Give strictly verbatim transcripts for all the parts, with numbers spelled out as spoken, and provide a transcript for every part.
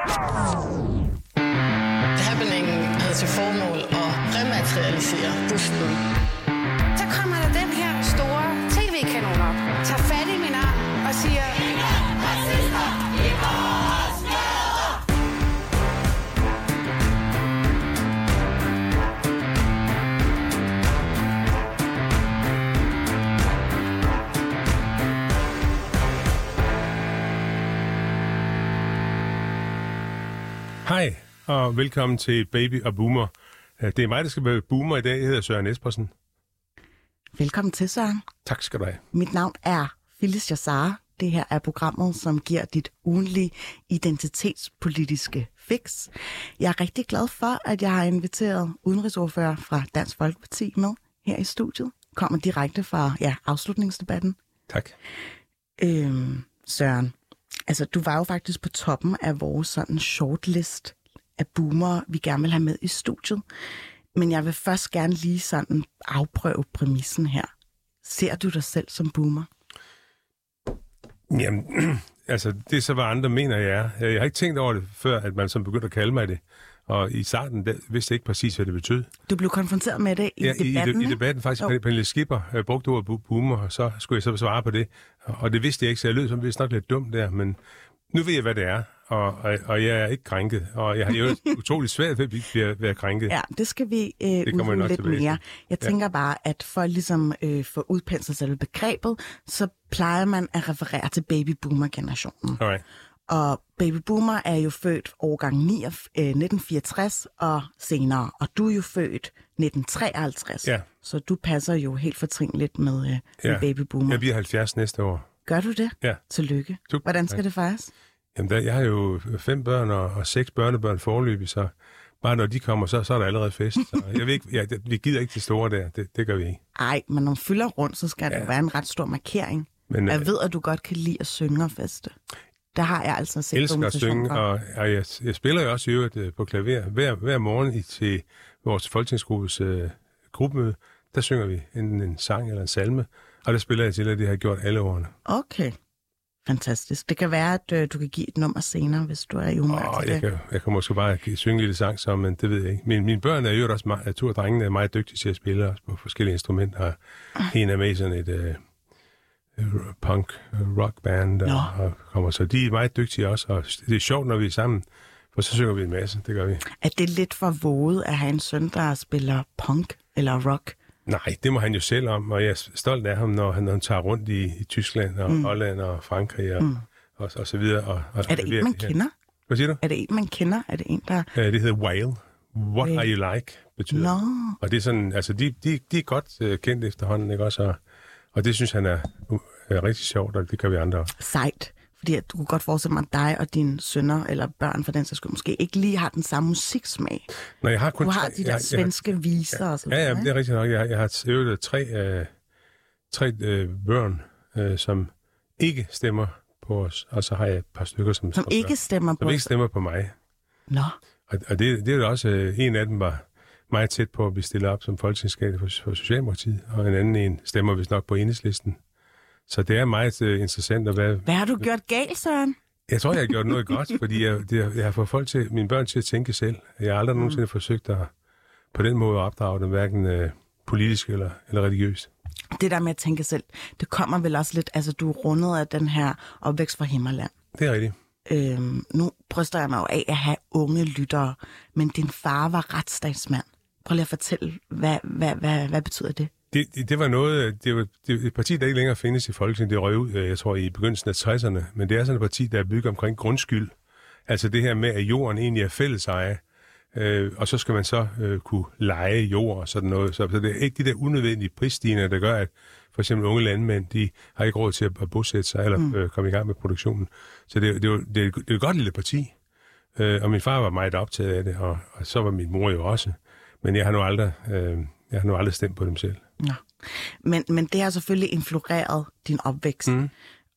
Happeningen havde til formål at rematerialisere busten. Så kommer der den her store tv-kanon op, tager fat i min arm og siger: Ingen racister i vores gader! Hej, og velkommen til Baby og Boomer. Det er mig, der skal være boomer i dag. Jeg hedder Søren Espersen. Velkommen til, Søren. Tak skal du have. Mit navn er Phyllis Jassar. Det her er programmet, som giver dit ugenlige identitetspolitiske fix. Jeg er rigtig glad for, at jeg har inviteret udenrigsordfører fra Dansk Folkeparti med her i studiet. Kommer direkte fra ja, afslutningsdebatten. Tak. Øhm, Søren, altså du var jo faktisk på toppen af vores sådan shortlist af boomer, vi gerne vil have med i studiet. Men jeg vil først gerne lige sådan afprøve præmissen her. Ser du dig selv som boomer? Jamen, altså det er så, hvad andre mener, jeg er. Jeg har ikke tænkt over det, før at man så begyndte at kalde mig det. Og i starten der, vidste jeg ikke præcis, hvad det betød. Du blev konfronteret med det i ja, debatten, i, i debatten faktisk. Oh. Pernille Skipper uh, brugte ordet boomer, og så skulle jeg så svare på det. Og det vidste jeg ikke, så jeg lød som vist nok lidt dumt der, men nu ved jeg, hvad det er, og, og, og jeg er ikke krænket, og jeg har jo utroligt svært ved at blive, være krænket. Ja, det skal vi øh, udrulle lidt mere. Jeg tænker ja. bare, at for ligesom øh, få udpenslet selve begrebet, så plejer man at referere til babyboomer-generationen. Alright. Og babyboomer er jo født årgang nitten fireogtres og senere, og du er jo født nitten treoghalvtreds, ja. Så du passer jo helt fortrinligt med, øh, ja. med babyboomer. Jeg bliver halvfjerds næste år. Gør du det? Ja. Tillykke. Tuk. Hvordan skal det fejres? Jamen, der, jeg har jo fem børn og, og seks børnebørn foreløbig, så bare når de kommer, så, så er der allerede fest. Så jeg ved ikke, ja, det, vi gider ikke det store der, det, det gør vi ikke. Ej, men når man fylder rundt, så skal ja. det være en ret stor markering. Men, jeg øh, ved, at du godt kan lide at synge og feste. Der har jeg altså set elsker at synge, og, og jeg, jeg spiller jo også i øvrigt på klaver. Hver, hver morgen i, til vores folketingsgruppes øh, gruppemøde, der synger vi enten en sang eller en salme, og der spiller jeg til, at det har gjort alle årene. Okay. Fantastisk. Det kan være, at øh, du kan give et nummer senere, hvis du er i humør oh, til jeg det. Kan, jeg kan måske bare synge en lille sang, så, men det ved jeg ikke. Mine, mine børn er jo også meget, to af drengene er meget dygtige til at spille også på forskellige instrumenter. En er med i sådan et øh, punk rock band, og, og kommer, så de er meget dygtige også, og det er sjovt, når vi er sammen, for så synger vi en masse, det gør vi. Er det lidt for våget at have en søn, der spiller punk eller rock? Nej, det må han jo selv om, og jeg er stolt af ham, når han, når han tager rundt i, i Tyskland og mm. Holland og Frankrig og, mm. og, og så videre. Og, og, er det en, man kender? Hvad siger du? Er det en, man kender? Er det en, der... Ja, det hedder Whale. What Whale. Are you like? Betyder. No. Og det er sådan, altså de, de, de er godt uh, kendt efterhånden, ikke også? Og, og det synes han er, uh, er rigtig sjovt, og det kan vi andre. Sejt. Fordi at du kunne godt forestille mig, at dig og dine sønner eller børn for den sags skyld måske ikke lige har den samme musiksmag. Nå, jeg har kun du har tre, de der jeg, svenske jeg, viser ja, og sådan ja, ja, noget. det er rigtigt nok. Jeg, jeg har øvet tre, øh, tre øh, børn, øh, som ikke stemmer på os, og så har jeg et par stykker, som, som ikke stemmer på som ikke stemmer på mig. Nå. Og, og det, det er jo også, øh, en af dem var meget tæt på at blive stillet op som folketingskandidat for, for Socialdemokratiet, og en anden en stemmer vist nok på Enhedslisten. Så det er meget uh, interessant at være... Hvad har du gjort galt, Søren? Jeg tror, jeg har gjort noget godt, fordi jeg, det, jeg har fået folk til, mine børn til at tænke selv. Jeg har aldrig mm. nogensinde forsøgt at på den måde opdrage dem, hverken uh, politisk eller, eller religiøst. Det der med at tænke selv, det kommer vel også lidt... Altså, du er rundet af den her opvækst fra Himmerland. Det er rigtigt. Øhm, nu bryster jeg mig jo af at have unge lyttere, men din far var retsstatsmand. Prøv lige at fortælle, hvad, hvad, hvad, hvad betyder det? Det, det, det var noget, det var, det var et parti, der ikke længere findes i Folketinget. Det røg ud, jeg tror, i begyndelsen af tresserne. Men det er sådan et parti, der er bygget omkring grundskyld. Altså det her med, at jorden egentlig er fælleseje. Øh, og så skal man så øh, kunne leje jord og sådan noget. Så, så det er ikke de der unødvendige prisstigninger, der gør, at for eksempel unge landmænd, de har ikke råd til at bosætte sig eller mm. øh, komme i gang med produktionen. Så det, det, det, det, det er et godt lille parti. Øh, og min far var meget optaget af det, og, og så var min mor jo også. Men jeg har nu aldrig, øh, jeg har nu aldrig stemt på dem selv. Ja. Men, men det har selvfølgelig influeret din opvækst. Mm.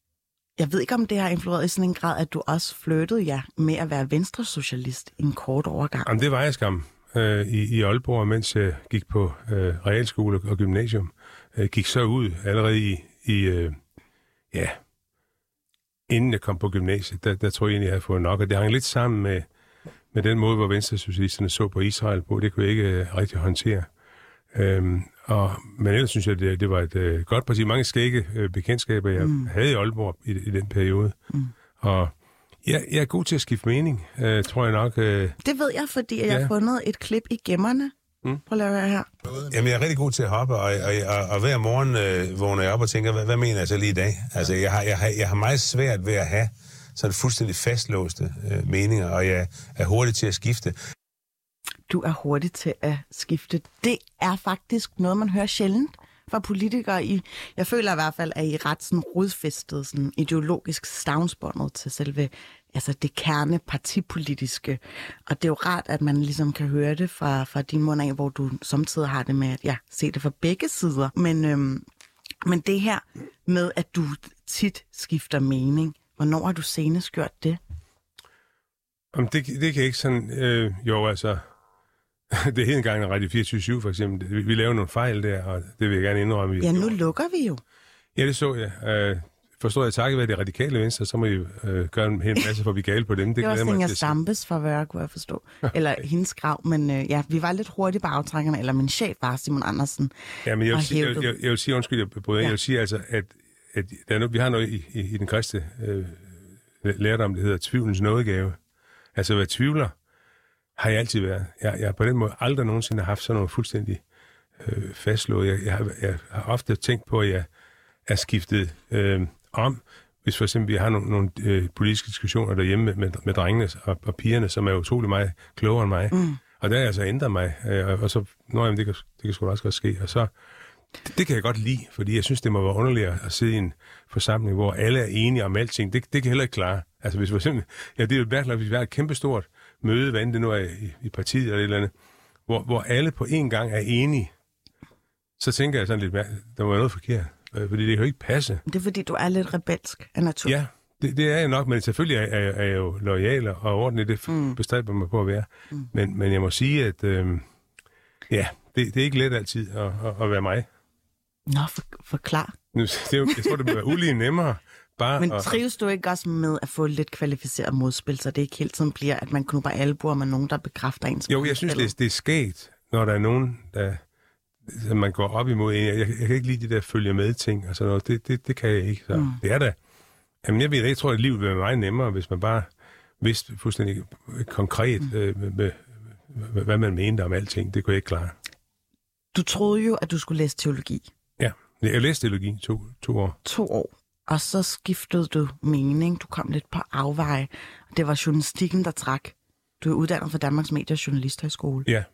Jeg ved ikke, om det har influeret i sådan en grad, at du også flyttede ja, med at være venstresocialist i en kort overgang. Jamen, det var jeg skam øh, i, i Aalborg, mens jeg gik på øh, realskole og gymnasium. Jeg gik så ud allerede i, i øh, ja, inden jeg kom på gymnasiet, der, der tror jeg egentlig, jeg havde fået nok. Og det hang lidt sammen med, med den måde, hvor venstresocialisterne så på Israel på. Det kunne jeg ikke uh, rigtig håndtere. Øhm, og, men ellers synes jeg, det, det var et uh, godt parti. Mange skægge uh, bekendtskaber, jeg mm. havde i Aalborg i, i den periode. Mm. Og jeg, jeg er god til at skifte mening, uh, tror jeg nok. Uh, det ved jeg, fordi jeg ja. har fundet et klip i gemmerne. Mm. Prøv at lave her. Jamen, jeg er rigtig god til at hoppe, og, og, og, og hver morgen øh, vågner jeg op og tænker, hvad, hvad mener jeg så lige i dag? Altså, jeg har, jeg, har, jeg har meget svært ved at have sådan fuldstændig fastlåste øh, meninger, og jeg er hurtig til at skifte. Du er hurtig til at skifte. Det er faktisk noget, man hører sjældent fra politikere. I, jeg føler i hvert fald, at I er ret sådan rodfæstet sådan ideologisk stavnsbåndet til selve altså det kerne partipolitiske. Og det er jo rart, at man ligesom kan høre det fra, fra din mund af, hvor du samtidig har det med at ja, se det fra begge sider. Men, øhm, men det her med, at du tit skifter mening, hvornår har du senest gjort det? Om det, det kan ikke sådan... Øh, jo, altså... Det hed engang en Radio fireogtyve syv for eksempel. Vi, vi lavede nogle fejl der, og det vil jeg gerne indrømme. Ja, nu lukker vi jo. Ja, det så jeg. Øh, forstår jeg takket være det radikale venstre, så må I øh, gøre en hel masse for at blive gale på dem. Det, det var Inger Stampes favør, kunne jeg forstå. Eller hendes grav, men øh, ja, vi var lidt hurtigt på aftrækkerne, eller min chef var Simon Andersen. Ja, men jeg vil, sige, jeg, jeg, jeg vil sige, undskyld, jeg bryder ja. Jeg vil sige altså, at, at der er noget, vi har noget i, i, i den kristne øh, lærdom, det hedder tvivlens nådegave. Altså, hvad tvivler, har jeg altid været. Jeg, jeg har på den måde aldrig nogensinde haft sådan noget fuldstændig øh, fastslået. Jeg, jeg, har, jeg har ofte tænkt på, at jeg er skiftet øh, om, hvis for eksempel vi har nogle, nogle øh, politiske diskussioner derhjemme med, med, med drengene og, og pigerne, som er utrolig meget klogere end mig. Mm. Og der har jeg så ændret mig, øh, og, og så, nå jamen, det kan, det kan sgu da også godt ske. Og så, det, det kan jeg godt lide, fordi jeg synes, det må være underligt at sidde i en forsamling, hvor alle er enige om alting. Det, det kan jeg heller ikke klare. Altså hvis for eksempel, ja, det er jo virkelig, hvis vi har et kæmpestort møde, hvad end det nu er i, i partiet eller et eller andet, hvor, hvor alle på én gang er enige, så tænker jeg sådan lidt, der var noget forkert. Fordi det kan jo ikke passe. Det er fordi, du er lidt rebelsk af natur. Ja, det, det er jeg nok, men selvfølgelig er, er, er jeg jo loyal og ordentlig, det mm. bestræber mig på at være. Mm. Men, men jeg må sige, at øh, ja, det, det er ikke let altid at, at, at være mig. Nå, for, forklar. Det er jo, jeg tror, det bliver ulige nemmere. Bare men at, trives du ikke også med at få lidt kvalificeret modspil, så det ikke hele tiden bliver, at man knupper albuer med nogen, der bekræfter ens? Jo, jeg synes, det er, det er skægt, når der er nogen, der man går op imod en. Jeg, jeg, jeg kan ikke lide de der følge med ting og sådan noget. Det, det, det kan jeg ikke. Så. Mm. Det er da. Jamen, jeg ved ikke, jeg tror, at livet vil være meget nemmere, hvis man bare vidste fuldstændig konkret, mm. øh, med, med, med, hvad man mente om alting. Det kunne jeg ikke klare. Du troede jo, at du skulle læse teologi. Ja, jeg læste teologi to, to år. To år. Og så skiftede du mening. Du kom lidt på afveje. Det var journalistikken, der trak. Du er uddannet fra Danmarks Medie- og Journalisthøjskole. Ja.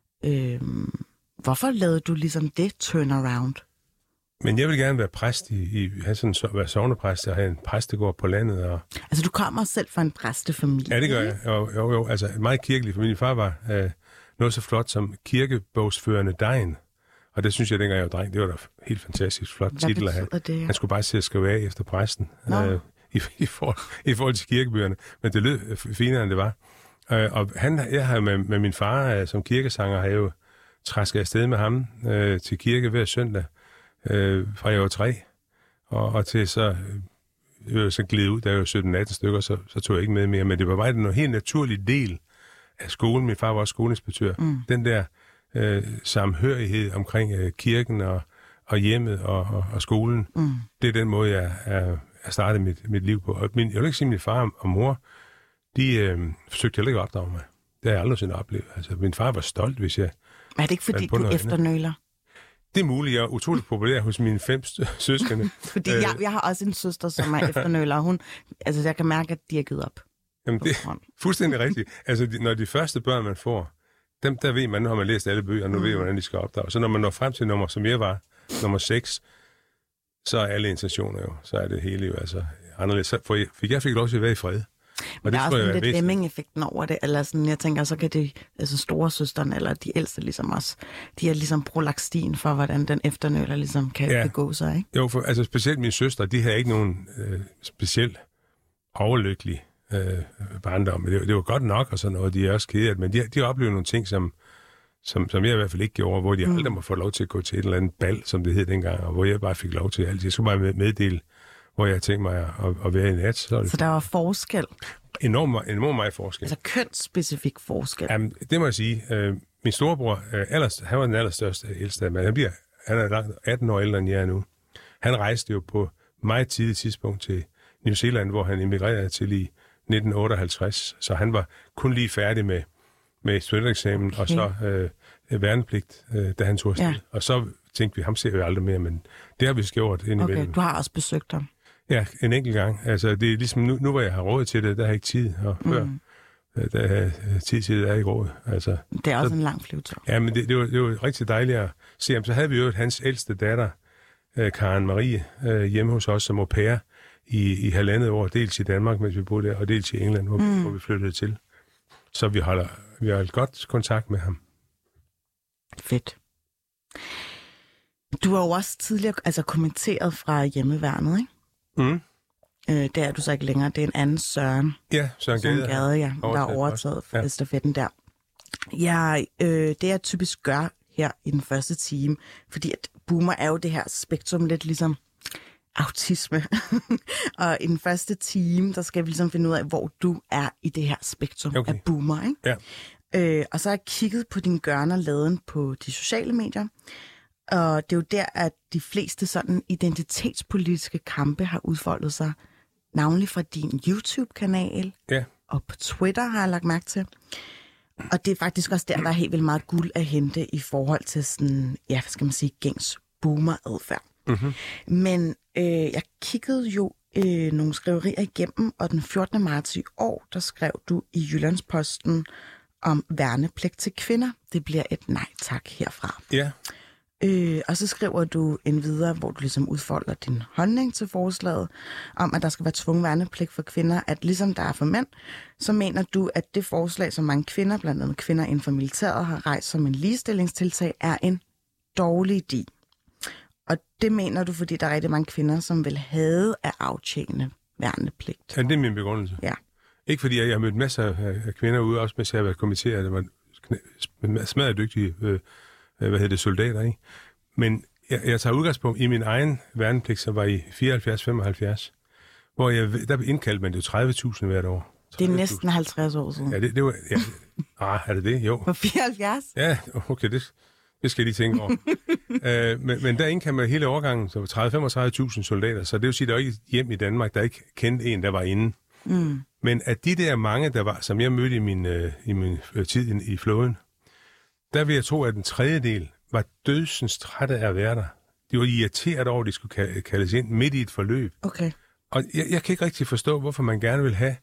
Øhm, hvorfor lavede du ligesom det turnaround? Men jeg vil gerne være præst i, i have sådan, så, være sognepræst og have en præstegård på landet. Og... Altså, du kommer selv fra en præstefamilie? Ja, det gør jeg. Jo, jo, jo. Altså, en meget kirkelig familie. Min far var øh, noget så flot som kirkebogsførende degn. Og det synes jeg, dengang jeg var dreng, det var da helt fantastisk flot titel at have. Det? Han skulle bare se at skrive af efter præsten øh, i, i, for, i forhold til kirkebøgerne. Men det lød finere, end det var. Øh, og han, jeg har med, med min far øh, som kirkesanger, har jeg jo træsket afsted med ham øh, til kirke hver søndag øh, fra jeg var tre. Og, og til så, øh, så gled ud, da jeg var sytten atten stykker, så, så tog jeg ikke med mere. Men det var bare en helt naturlig del af skolen. Min far var også skoleinspektør. Mm. Den der øh, samhørighed omkring øh, kirken og, og hjemmet og, og, og skolen, mm. det er den måde, jeg er, er startet mit, mit liv på. Og min, jeg vil ikke sige, at min far og mor, de øh, forsøgte heller ikke at opdrage mig. Det har jeg aldrig sådan oplevet. Altså, min far var stolt, hvis jeg... Er det ikke, fordi du efternøler? Det er muligt. Jeg er utroligt populær hos mine fem søskende. Fordi jeg, jeg har også en søster, som er efternøler, og hun... Altså, jeg kan mærke, at de er givet op. Jamen, det er fuldstændig rigtigt. Altså, de, når de første børn, man får, dem, der ved man, nu har man læst alle bøger, og nu mm. ved man, hvordan de skal opdrage. Så når man når frem til nummer, som jeg var, nummer seks, så er alle intentioner jo, så er det hele jo altså anderledes. Så for jeg, fik jeg fik lov til at være i fred. Og der er også sådan lidt Lemming-effekten over det, eller sådan, jeg tænker, så kan det, altså storesøsterne, eller de ældste ligesom også, de har ligesom brolagt stien for, hvordan den efternøler ligesom kan ja. begå sig, ikke? Jo, for altså specielt mine søstre, de havde ikke nogen øh, specielt overlykkelig øh, barndom. Det, det var godt nok og sådan noget, de er også kede af, men de, de oplevede nogle ting, som, som, som jeg i hvert fald ikke gjorde, hvor de mm. aldrig må få lov til at gå til et eller andet bal, som det hed dengang, og hvor jeg bare fik lov til alt. Jeg skulle bare meddele, hvor jeg tænkte mig at, at, at være i nat. Så, så der var forskel? Enormt, enormt meget forskel. Altså kønsspecifik forskel? Jamen, det må jeg sige. Øh, min storebror, øh, allers, han var den allerstørste ældste, men han, bliver, han er langt atten år ældre end jeg er nu. Han rejste jo på meget tidligt tidspunkt til New Zealand, hvor han emigrerede til i nitten otteoghalvtreds, så han var kun lige færdig med, med studentereksamen, okay. og så øh, værnepligt, øh, da han tog afsted. Ja. Og så tænkte vi, ham ser vi aldrig mere, men det har vi gjort indimellem. Okay, du har også besøgt ham? Ja, en enkelt gang. Altså, det er ligesom nu, nu hvor jeg har råd til det, der har jeg ikke tid, og før, mm. der har jeg tid til det, der er ikke råd. Altså, det er også så, en lang flyvetur. Ja, men det, det, var, det var rigtig dejligt at se ham. Så havde vi jo hans ældste datter, øh, Karen Marie, øh, hjemme hos os som au pair i, i halvandet år, dels i Danmark, mens vi boede der, og dels i England, hvor, mm. hvor vi flyttede til. Så vi holder, vi har godt kontakt med ham. Fedt. Du har jo også tidligere altså, kommenteret fra hjemmeværnet, ikke? Mm. Øh, det er du så ikke længere. Det er en anden Søren. Ja, Søren Gade. Søren Gade, ja, der har overtaget ja. stafetten der. Ja, øh, det jeg typisk gør her i den første time, fordi at boomer er jo det her spektrum lidt ligesom autisme. Og i den første time, der skal vi ligesom finde ud af, hvor du er i det her spektrum okay. af boomer, ikke? Ja. Øh, og så har jeg kigget på din gøren og laden på de sociale medier. Og det er jo der, at de fleste sådan identitetspolitiske kampe har udfoldet sig. Navnlig fra din YouTube-kanal. Ja. Og på Twitter har jeg lagt mærke til. Og det er faktisk også der, der er helt vildt meget guld at hente i forhold til sådan, ja, hvad skal man sige, gængs boomer-adfærd. Mm-hmm. Men øh, jeg kiggede jo øh, nogle skriverier igennem, og den fjortende marts i år, der skrev du i Jyllandsposten om værnepligt til kvinder. Det bliver et nej tak herfra. Ja. Øh, og så skriver du en videre, hvor du ligesom udfolder din holdning til forslaget, om at der skal være tvungen værnepligt for kvinder, at ligesom der er for mænd, så mener du, at det forslag, som mange kvinder, blandt andet kvinder inden for militæret, har rejst som en ligestillingstiltag, er en dårlig idé. Og det mener du, fordi der er rigtig mange kvinder, som vil have at aftjene værnepligt. Ja, det er min begrundelse. Ja. Ikke fordi jeg har mødt masser af kvinder ude, også mens jeg har været kommenteret, der var smadret dygtige øh, hvad hedder det, soldater, ikke? Men jeg, jeg tager udgangspunkt i min egen værnepligt, som var i fireoghalvfjerds femoghalvfjerds, hvor jeg, der indkaldte man jo tredive tusind hvert år. Det er næsten halvtreds år siden. Ja, det, det var... Ja, ah, er det det? Jo. På fireoghalvfjerds? Ja, okay, det, det skal jeg lige tænke over. uh, men, men der indkaldte man hele årgangen, så var tredive til femogtredive tusind soldater, så det vil sige, at der var ikke hjem i Danmark, der ikke kendte en, der var inde. Mm. Men at de der mange, der var, som jeg mødte i min, uh, i min tid i, i flåden, der vil jeg tro, at en tredjedel var dødsens trætte af at være der. De var irriteret over, at de skulle kaldes ind midt i et forløb. Okay. Og jeg, jeg kan ikke rigtig forstå, hvorfor man gerne vil have,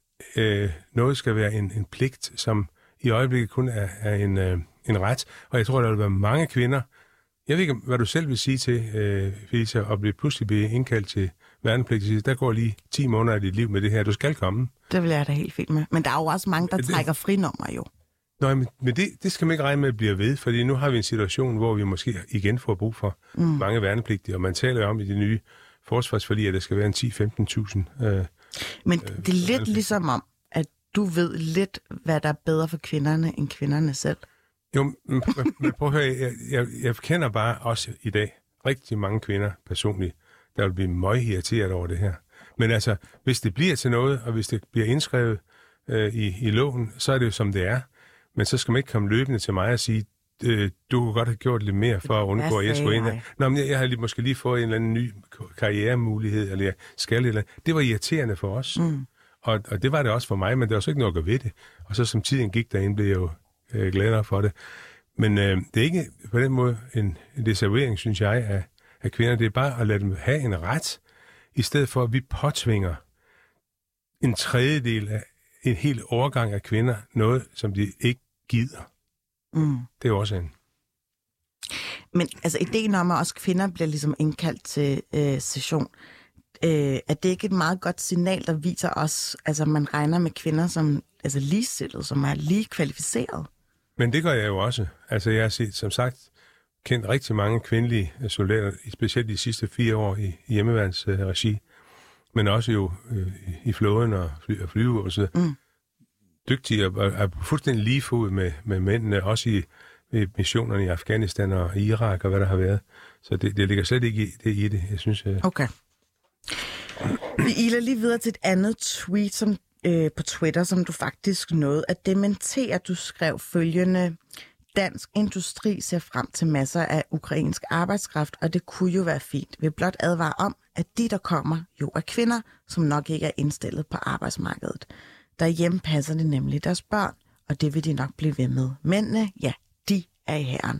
øh, noget skal være en, en pligt, som i øjeblikket kun er, er en, øh, en ret. Og jeg tror, der vil være mange kvinder. Jeg ved ikke, hvad du selv vil sige til, øh, Felicia, at blive pludselig blive indkaldt til værnepligt. Der går lige ti måneder af dit liv med det her. Du skal komme. Det vil jeg da helt fint med. Men der er jo også mange, der det... trækker frinummer jo. Nå, men, men det, det skal man ikke regne med at blive ved, fordi nu har vi en situation, hvor vi måske igen får brug for mm. mange værnepligtige, og man taler jo om i de nye forsvarsforlig, at der skal være en ti til femten tusind. Øh, men det er lidt ligesom om, at du ved lidt, hvad der er bedre for kvinderne, end kvinderne selv. Jo, men, men prøv at høre, jeg, jeg, jeg kender bare også i dag rigtig mange kvinder personligt, der vil blive meget irriteret over det her. Men altså, hvis det bliver til noget, og hvis det bliver indskrevet øh, i, i loven, så er det jo som det er. Men så skal man ikke komme løbende til mig og sige, øh, du kunne godt have gjort lidt mere for at undgå, at jeg skulle ind. Nå, men jeg, jeg har lige, måske lige fået en eller anden ny karrieremulighed, eller jeg skal eller det var irriterende for os. Mm. Og, og det var det også for mig, men der var så ikke noget at gøre ved det. Og så som tiden gik derinde, blev jeg jo øh, gladere for det. Men øh, det er ikke på den måde en, en desavering, synes jeg, af, af kvinder. Det er bare at lade dem have en ret, i stedet for at vi påtvinger en tredjedel af en hel overgang af kvinder, noget, som de ikke gider. Mm. Det er jo også en. Men altså, ideen om, at også kvinder bliver ligesom indkaldt til øh, session, øh, er det ikke et meget godt signal, der viser os, altså man regner med kvinder som altså ligestillet, som er lige kvalificeret? Men det gør jeg jo også. Altså jeg har set, som sagt, kendt rigtig mange kvindelige soldater, specielt de sidste fire år i, i hjemmeværns øh, regi, men også jo øh, i flåden og, fly, og flyve og så mm. dygtige og er på fuldstændig lige fod med, med mændene, også i, i missionerne i Afghanistan og Irak og hvad der har været. Så det, det ligger slet ikke i det, i det jeg synes. Jeg... Okay. Vi iler lige videre til et andet tweet som, øh, på Twitter, som du faktisk nåede at dementere. Du skrev følgende: Dansk industri ser frem til masser af ukrainsk arbejdskraft, og det kunne jo være fint. Vi blot advare om, at de, der kommer, jo er kvinder, som nok ikke er indstillet på arbejdsmarkedet. Derhjemme passer det nemlig deres børn, og det vil de nok blive ved med. Mændene, ja, de er i hæren.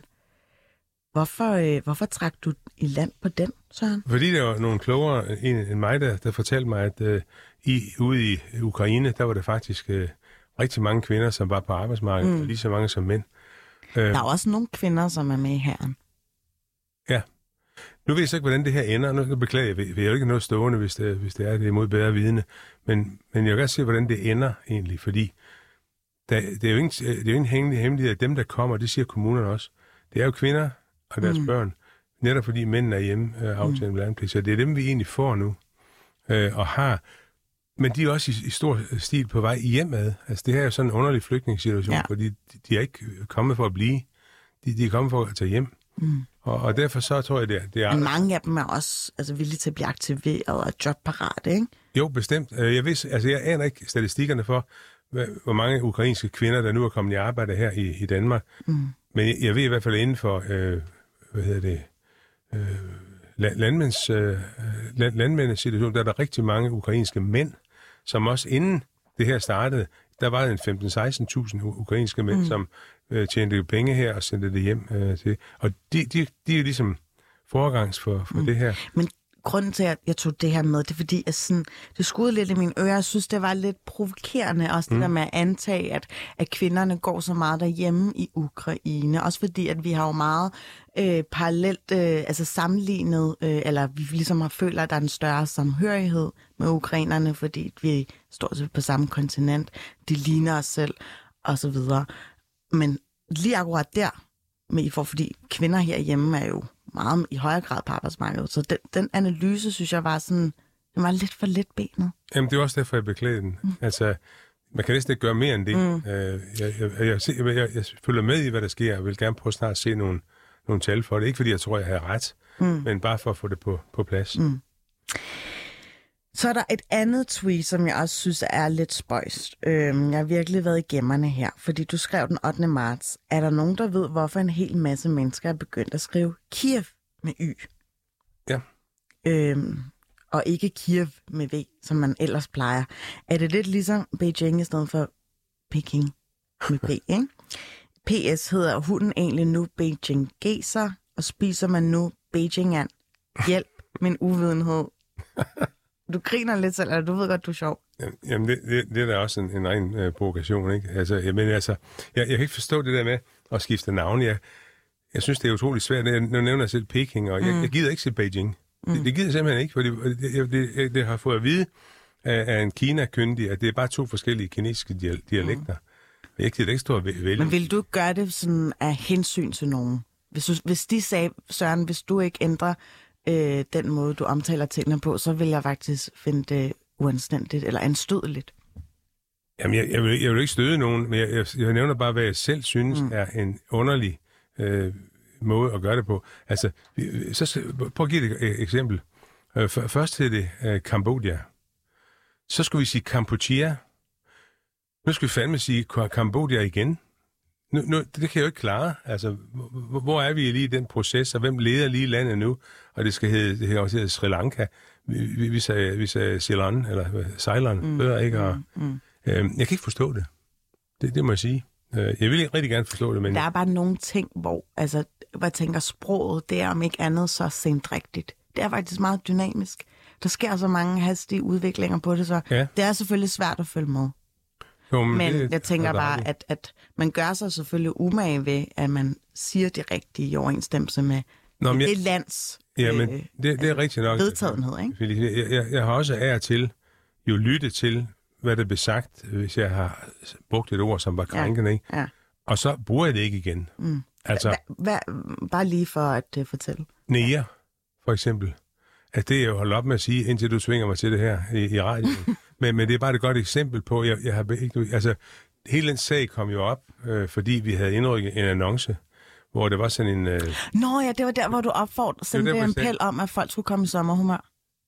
Hvorfor, øh, hvorfor trak du i land på den, Søren? Fordi der var nogle klogere end mig, der, der fortalte mig, at øh, i, ude i Ukraine, der var der faktisk øh, rigtig mange kvinder, som var på arbejdsmarkedet, mm. og lige så mange som mænd. Der er også nogle kvinder, som er med i hæren. Ja. Nu ved jeg så ikke, hvordan det her ender. Nu, nu beklager jeg, vi har jo ikke noget stående, hvis det, hvis det er det imod bedre vidne. Men, men jeg vil gerne se, hvordan det ender egentlig, fordi der, det er jo ingen, det er jo ingen hemmelig, hemmelighed, at dem, der kommer, det siger kommunerne også. Det er jo kvinder og deres mm. børn, netop fordi mændene er hjemme øh, aftalt med landpligt. Så det er dem, vi egentlig får nu øh, og har. Men de er også i, i stor stil på vej hjemad. Altså det her er jo sådan en underlig flygtningssituation, ja. Fordi de, de er ikke kommet for at blive. De, de er kommet for at tage hjem. Mm. Og, og derfor så tror jeg, det er... Det er Men mange af dem er også altså, villige til at blive aktiveret og jobparate, ikke? Jo, bestemt. Jeg, vidste, altså, jeg aner ikke statistikkerne for, hvor mange ukrainske kvinder, der nu er kommet i arbejde her i, i Danmark. Mm. Men jeg, jeg ved i hvert fald inden for, øh, hvad hedder det, øh, landmænds, øh, land, landmænds situation, der er der rigtig mange ukrainske mænd, som også inden det her startede, der var en femten til seksten tusind ukrainske mænd, mm. som øh, tjente penge her og sendte det hjem øh, til. Og de, de, de er ligesom foregangs for, for mm. det her. Men grunden til, at jeg tog det her med, det er fordi, at sådan, det skudde lidt i mine ører. Jeg synes, det var lidt provokerende også det mm. der med at antage, at, at kvinderne går så meget derhjemme i Ukraine. Også fordi, at vi har jo meget øh, parallelt, øh, altså sammenlignet, øh, eller vi ligesom har følt, at der er en større samhørighed med ukrainerne, fordi vi står på samme kontinent, de ligner os selv, og så videre. Men lige akkurat der, med, for, fordi kvinder herhjemme er jo meget i højere grad på arbejdsmarkedet. Så den, den analyse, synes jeg, var sådan, den var lidt for letbenet. Jamen, det er også derfor, jeg beklæder den. Mm. Altså, man kan næsten ikke gøre mere end det. Mm. Øh, jeg, jeg, jeg, jeg, jeg, jeg følger med i, hvad der sker. Jeg vil gerne prøve snart at se nogle, nogle tal for det. Ikke fordi jeg tror, jeg har ret, mm. men bare for at få det på, på plads. Mm. Så er der et andet tweet, som jeg også synes er lidt spøjst. Øhm, jeg har virkelig været i gemmerne her, fordi du skrev den ottende marts. Er der nogen, der ved, hvorfor en hel masse mennesker er begyndt at skrive Kiev med Y? Ja. Øhm, og ikke Kiev med V, som man ellers plejer. Er det lidt ligesom Beijing i stedet for Peking med B, ikke? P S hedder hunden egentlig nu Beijing Geser, og spiser man nu Beijing-and. Hjælp, min uvidenhed. Du griner lidt selv, eller du ved godt, du er sjov. Jamen, det, det, det er da også en, en ren øh, provokation, ikke? Altså, jeg, men altså, jeg, jeg kan ikke forstå det der med at skifte navn. Jeg, jeg synes, det er utroligt svært. Jeg, nu nævner jeg selv Peking, og jeg, mm. jeg gider ikke se Beijing. Mm. Det, det gider jeg simpelthen ikke, fordi det, det, det, det har fået at vide af, af en Kina-kyndig, at det er bare to forskellige kinesiske dialekter. Mm. Jeg gider ikke stå og vælge. Men vil du gøre det sådan af hensyn til nogen? Hvis, du, hvis de sagde, Søren, hvis du ikke ændrer Øh, den måde, du omtaler tingene på, så vil jeg faktisk finde det uanstændigt eller anstødeligt. Jamen, jeg, jeg, vil, jeg vil ikke støde nogen, men jeg, jeg, jeg nævner bare, hvad jeg selv synes mm. er en underlig øh, måde at gøre det på. Altså, så prøv at give et eksempel. Først hed det øh, Kambodja. Så skulle vi sige Kampuchea. Nu skal vi fandme sige Kambodja igen. Nu, nu, det kan jeg jo ikke klare. Altså, hvor er vi lige i den proces, og hvem leder lige landet nu? Og det skal hedde, det her også hedde Sri Lanka. Vi, vi, vi sagde, vi sagde Ceylon, eller Ceylon, mm, bedre ikke? Og, mm, mm. Øh, jeg kan ikke forstå det. det. Det må jeg sige. Jeg vil rigtig gerne forstå det, men... Der er bare nogle ting, hvor, altså, hvor jeg tænker, sproget, det er om ikke andet så sindrigtigt. Det er faktisk meget dynamisk. Der sker så mange hastige udviklinger på det, så ja. Det er selvfølgelig svært at følge med. Jo, men men det, jeg tænker bare, at, at man gør sig selvfølgelig umage ved, at man siger det rigtige i overensstemmelse med Nå, det jeg, lands ja, men det, det er rigtigt nok. Vedtagenhed, ikke? Jeg, jeg, jeg har også af til jo lytte til, hvad der blev sagt, hvis jeg har brugt et ord, som var krænkende, ja, ja. Og så bruger jeg det ikke igen. Mm. Altså, hva, hva, bare lige for at uh, fortælle. Nære, for eksempel. At det er jo holdt op med at sige, indtil du svinger mig til det her i, i radioen. men, men det er bare et godt eksempel på, jeg, jeg har ikke, altså, hele den sag kom jo op, øh, fordi vi havde indrykket en annonce, hvor det var sådan en... Øh... Nå ja, det var der, hvor du opfordrede, sendte en appel om, at folk skulle komme i sommerhumør.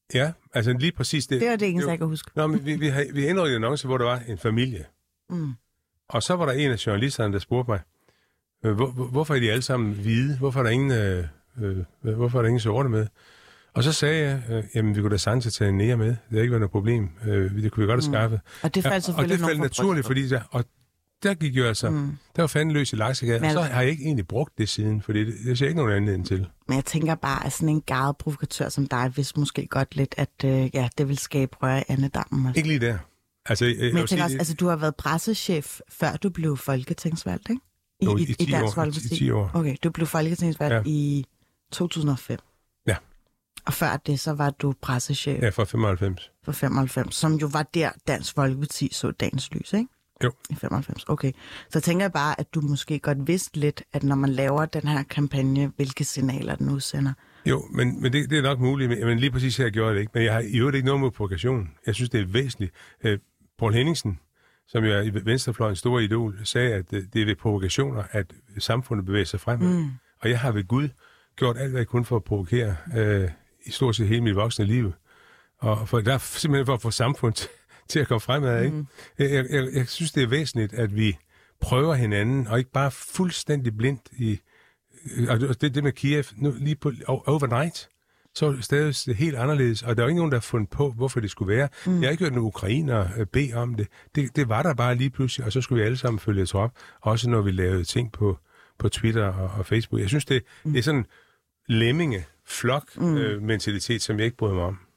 Ja, altså lige præcis det. Det er det eneste, jeg kan huske. Nå, men vi, vi har, vi har indrykket en annonce, hvor der var en familie. Mm. Og så var der en af journalisterne, der spurgte mig, hvor, hvor, hvorfor er de alle sammen hvide? Hvorfor er der ingen, øh, øh, hvorfor er der ingen sorte med? Og så sagde jeg, øh, jamen vi kunne da sagtens tage en nære med. Det har ikke været noget problem. Øh, det kunne vi godt have skaffet. Mm. Og det faldt selvfølgelig ja, og det faldt naturligt, fordi der, og der gik jo altså, mm. der var fanden løs i Laksegade, og så har jeg ikke egentlig brugt det siden, fordi det, det ser ikke nogen anledning til. Men jeg tænker bare, at sådan en garret provokatør som dig, vidste måske godt lidt, at øh, ja, det vil skabe røre i andedammen. Altså. Ikke lige der. Altså, jeg, Men jeg, jeg tænker også, det, altså du har været pressechef, før du blev folketingsvalgt, ikke? I, jo, i, i, i, i Dansk år, Folkeparti. i ti år. Okay, du blev folketingsvalgt ja. i to tusind og fem. Ja. Og før det, så var du pressechef. Ja, fra femoghalvfems. For femoghalvfems, som jo var der, Dansk Folkeparti så dagens lys, ikke? Jo. I femoghalvfems, okay. Så tænker jeg bare, at du måske godt vidste lidt, at når man laver den her kampagne, hvilke signaler den udsender. Jo, men, men det, det er nok muligt, men, men lige præcis her gjorde jeg det ikke. Men jeg har i øvrigt ikke noget mod provokation. Jeg synes, det er væsentligt. Øh, Poul Henningsen, som jo er i Venstrefløjens store idol, sagde, at det er ved provokationer, at samfundet bevæger sig fremad. Mm. Og jeg har ved Gud gjort alt, hvad jeg kunne for at provokere øh, i stort set hele mit voksne liv. Og for, der er simpelthen for at få samfundet til at komme fremad, ikke? Mm. Jeg, jeg, jeg, jeg synes, det er væsentligt, at vi prøver hinanden, og ikke bare fuldstændig blindt i... Og det, det med Kiev, nu lige på overnight, så er det stadig helt anderledes, og der er jo ikke nogen, der har fundet på, hvorfor det skulle være. Mm. Jeg har ikke hørt nogen ukrainer bede om det. det. Det var der bare lige pludselig, og så skulle vi alle sammen følge os op, også når vi lavede ting på, på Twitter og, og Facebook. Jeg synes, det, mm. det er sådan lemminge, flok-mentalitet, mm. øh, som jeg ikke bryder mig om.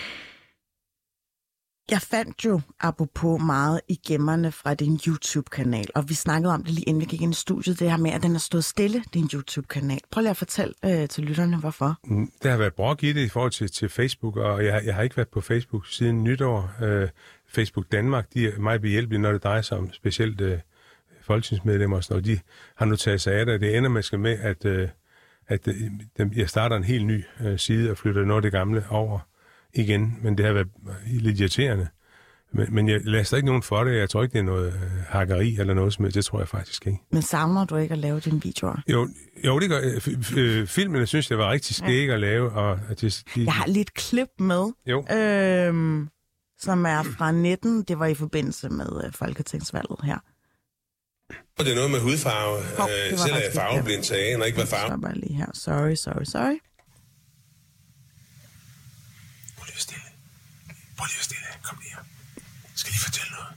Jeg fandt jo, apropos meget i gemmerne fra din YouTube-kanal, og vi snakkede om det lige inden vi gik ind i studiet, det her med, at den har stået stille, din YouTube-kanal. Prøv lige at fortælle øh, til lytterne, hvorfor. Mm, der har været brok i det i forhold til, til Facebook, og jeg, jeg har ikke været på Facebook siden nytår. Øh, Facebook Danmark, de er meget behjælpelige, når det drejer sig om specielt øh, folketingsmedlemmer, og de har nu taget sig af det. Det ender måske med, at, øh, at øh, jeg starter en helt ny øh, side og flytter noget af det gamle over igen, men det har været lidt irriterende. Men, men jeg lader ikke nogen for det. Jeg tror ikke, det er noget øh, hakkeri eller noget som helst. Det tror jeg faktisk ikke. Men savner du ikke at lave dine videoer? Jo, jo det gør jeg. Filmene synes jeg var rigtig skæg ja. at lave. Og at de, de... Jeg har lige et klip med, jo. Øhm, som er fra nitten. Det var i forbindelse med øh, folketingsvalget her. Og det er noget med hudfarve. Oh, øh, selv er jeg farveblind, så jeg aner ikke, hvad farve... Så bare lige her. Sorry, sorry, sorry. Stille. Prøv lige at stille. Kom lige her. Jeg skal lige fortælle noget.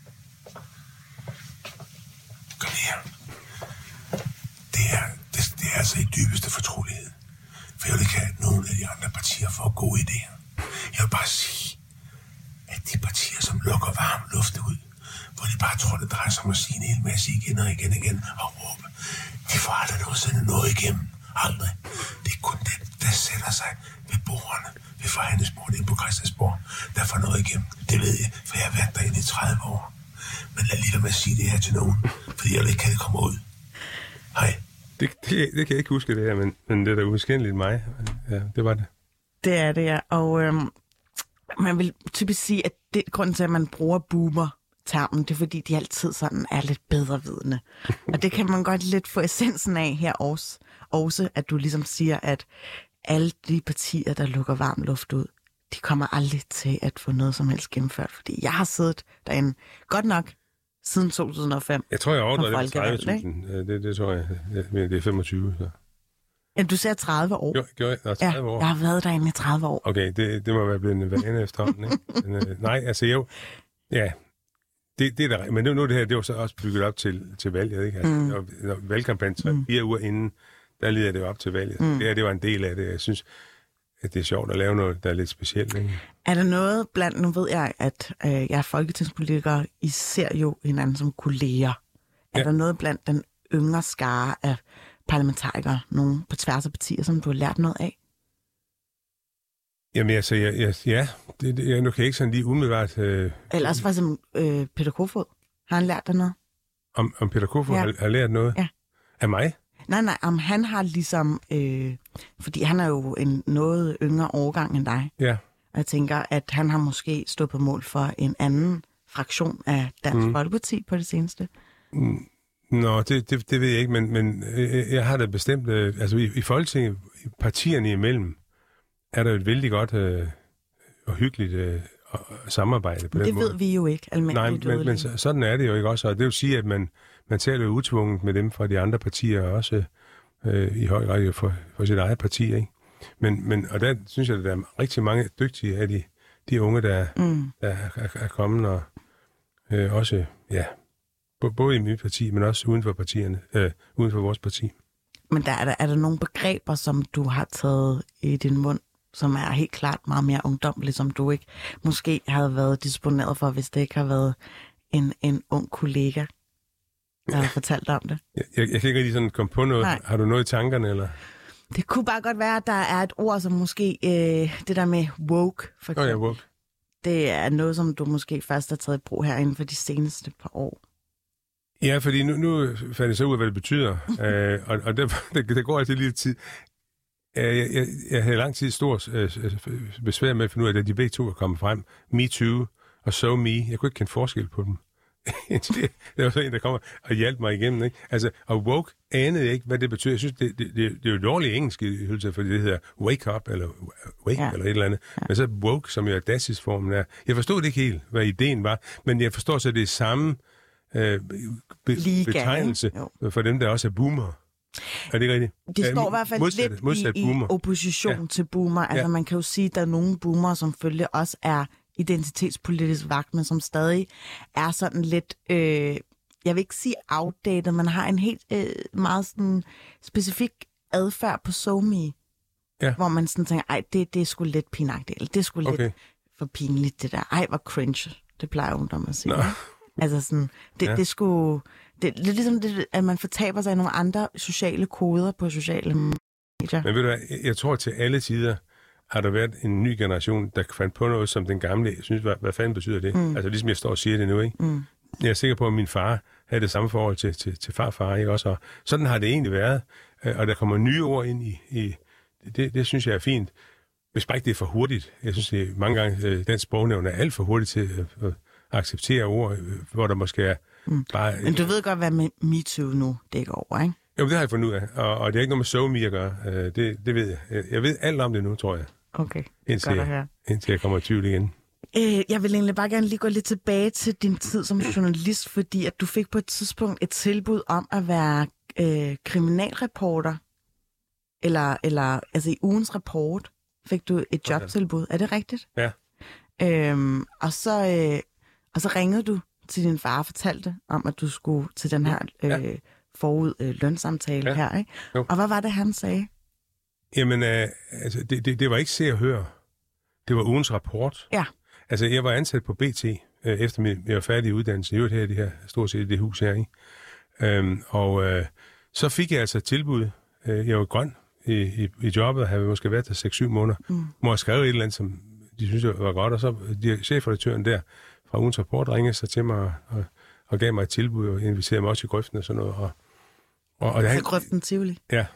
Kom lige her. Det er, det, det er altså i dybeste fortrolighed. For jeg vil ikke have, at nogen af de andre partier får gode idéer. Jeg vil bare sige, at de partier, som lukker varm luft ud, hvor de bare tror, det drejer sig om at sige en hel masse igen og igen og igen og råbe, de får aldrig nogensinde noget igennem. Aldrig. Det er kun den, der sætter sig ved bordene ved forhandlingsbordet inde på Christiansborg, der får noget igennem. Det ved jeg, for jeg har været derinde i tredive år. Men lad lige være med at sige det her til nogen, fordi jeg ikke kan det komme ud. Hej. Det, det, det kan jeg ikke huske det her, men, men det er da uskændeligt mig. Ja, det var det. Det er det, ja. Og øhm, man vil typisk sige, at det grunden til, at man bruger boomer-termen, det er fordi, de altid sådan er lidt bedrevidende. Og det kan man godt lidt få essensen af her også, også, at du ligesom siger, at alle de partier, der lukker varm luft ud, de kommer aldrig til at få noget som helst gennemført. Fordi jeg har siddet derinde godt nok siden to tusind og fem. Jeg tror, jeg overdrev det tredive tusind. Det, det tror jeg. Det er femogtyve. Så. Ja, du siger tredive år. Jo, gjorde jeg. tredive ja, år. Jeg har været derinde i tredive år. Okay, det, det må være blevet en vane efterhånden, ikke? Men, øh, nej, altså jo. Ja, det, det er der. Men nu, nu det her, det var så også bygget op til, til valget, ikke? Altså, mm. og, og valgkampagnen, så mm. fire uger inden, der lider det op til valget. Mm. Det her, det var en del af det. Jeg synes, at det er sjovt at lave noget, der er lidt specielt, ikke? Er der noget blandt, nu ved jeg, at øh, jeg er folketingspolitiker, I ser jo hinanden som kolleger. Er ja. der noget blandt den yngre skare af parlamentarikere, nogen på tværs af partier, som du har lært noget af? Jamen altså, jeg, jeg, ja, det, det, jeg, nu kan jeg ikke sådan lige umiddelbart... Øh, Eller også for eksempel øh, Peter Kofod. Har han lært dig noget? Om, om Peter Kofod ja. har, har lært noget? Ja. Af mig? Nej, nej, om han har ligesom... Øh, fordi han er jo en noget yngre årgang end dig. Ja. Og jeg tænker, at han har måske stået på mål for en anden fraktion af Dansk mm. Folkeparti på det seneste. Mm. Nå, det, det, det ved jeg ikke, men, men øh, jeg har da bestemt... Øh, altså i, i Folketinget, partierne imellem, er der et vældig godt øh, og hyggeligt øh, samarbejde på den det måde. Det ved vi jo ikke almindeligt. Nej, men, men sådan er det jo ikke også, og det vil sige, at man, man taler jo utvunget med dem fra de andre partier, også øh, i høj grad jo for, for sit eget parti, ikke? Men, men, og der synes jeg, at der er rigtig mange dygtige af de, de unge, der, mm. der er, er, er kommet, og øh, også, ja, både i mit parti, men også uden for partierne, øh, uden for vores parti. Men der er, der, er der nogle begreber, som du har taget i din mund, som er helt klart meget mere ungdommeligt, som du ikke måske havde været disponeret for, hvis det ikke har været en, en ung kollega, der har fortalt om det? Jeg, jeg, jeg kan ikke rigtig sådan komme på noget. Nej. Har du noget i tankerne, eller? Det kunne bare godt være, at der er et ord, som måske, øh, det der med woke, for eksempel. Oh, ja, woke. Det er noget, som du måske først har taget i brug her inden for de seneste par år. Ja, fordi nu, nu fandt jeg så ud af, hvad det betyder, øh, og, og der, der, der går altid lidt tid. Jeg, jeg, jeg havde lang tid stor øh, besvær med at finde ud af, at de begge to er kommet frem. Me Too og So Me. Jeg kunne ikke kende forskel på dem. det var så en, der kommer og hjalp mig igennem. Ikke? Altså, og woke anede jeg ikke, hvad det betyder. Jeg synes, det, det, det, det er jo dårligt engelsk i hylde, fordi det hedder wake up, eller wake, ja. Eller et eller andet. Ja. Men så woke, som jo er dacisformen er. Jeg forstod det ikke helt, hvad ideen var, men jeg forstår så, at det er samme øh, be, betegnelse for dem, der også er boomer. Er det ikke rigtigt? Det står i hvert fald modsat, lidt modsat i, i opposition ja. Til boomer. Altså ja. Man kan jo sige, at der er nogle boomer, som følge også er identitetspolitisk vagt, men som stadig er sådan lidt, øh, jeg vil ikke sige outdated, man har en helt øh, meget sådan specifik adfærd på SoMe, ja. Hvor man sådan tænker, ej, det, det er sgu lidt pinagtigt, eller det er sgu okay. Lidt for pinligt, det der. Ej, hvor cringe. Det plejer ungdom at sige. Altså sådan, det, ja. det skulle... Det, det er ligesom, det, at man fortaber sig i nogle andre sociale koder på sociale medier. Men ved du hvad, jeg tror til alle tider har der været en ny generation, der fandt på noget, som den gamle, jeg synes, hvad, hvad fanden betyder det? Mm. Altså ligesom jeg står og siger det nu, ikke? Mm. Jeg er sikker på, at min far havde det samme forhold til, til, til farfar, ikke også? Og sådan har det egentlig været, og der kommer nye ord ind i, i det, det synes jeg er fint. Hvis bare ikke det er for hurtigt. Jeg synes, det mange gange, den sprognævn er alt for hurtigt til at acceptere ord, hvor der måske er mm. bare... Men du ved godt, hvad med MeToo nu dækker over, ikke? Jo, det har jeg fundet ud af, og, og det er ikke noget med SoMe at gøre. Det, det ved jeg. Jeg ved alt om det nu, tror jeg. Okay, indtil, godt at høre. Indtil jeg kommer i tvivl igen. Øh, jeg vil egentlig bare gerne lige gå lidt tilbage til din tid som journalist, fordi at du fik på et tidspunkt et tilbud om at være øh, kriminalreporter, eller, eller altså i ugens rapport fik du et jobtilbud. Er det rigtigt? Ja. Øhm, og, så, øh, og så ringede du til din far og fortalte om, at du skulle til den her øh, ja. forud øh, lønsamtale ja. Her, ikke? Jo. Og hvad var det, han sagde? Jamen, øh, altså, det, det, det var ikke Se og Hør. Det var ugens rapport. Ja. Altså, jeg var ansat på B T, øh, efter min, jeg var færdig i uddannelsen. Jeg var her i det her, stort set i det hus her, ikke? Øhm, og øh, så fik jeg altså tilbud. Øh, jeg var grøn i, i, i jobbet, og havde måske været der seks syv måneder. Mm. Må jeg skrive et eller andet, som de synes var godt. Og så de, chefredaktøren der fra ugens rapport ringede sig til mig og, og, og gav mig et tilbud og inviterede mig også i grøften og sådan noget. Og, og, og så grøften Tivoli? Ja.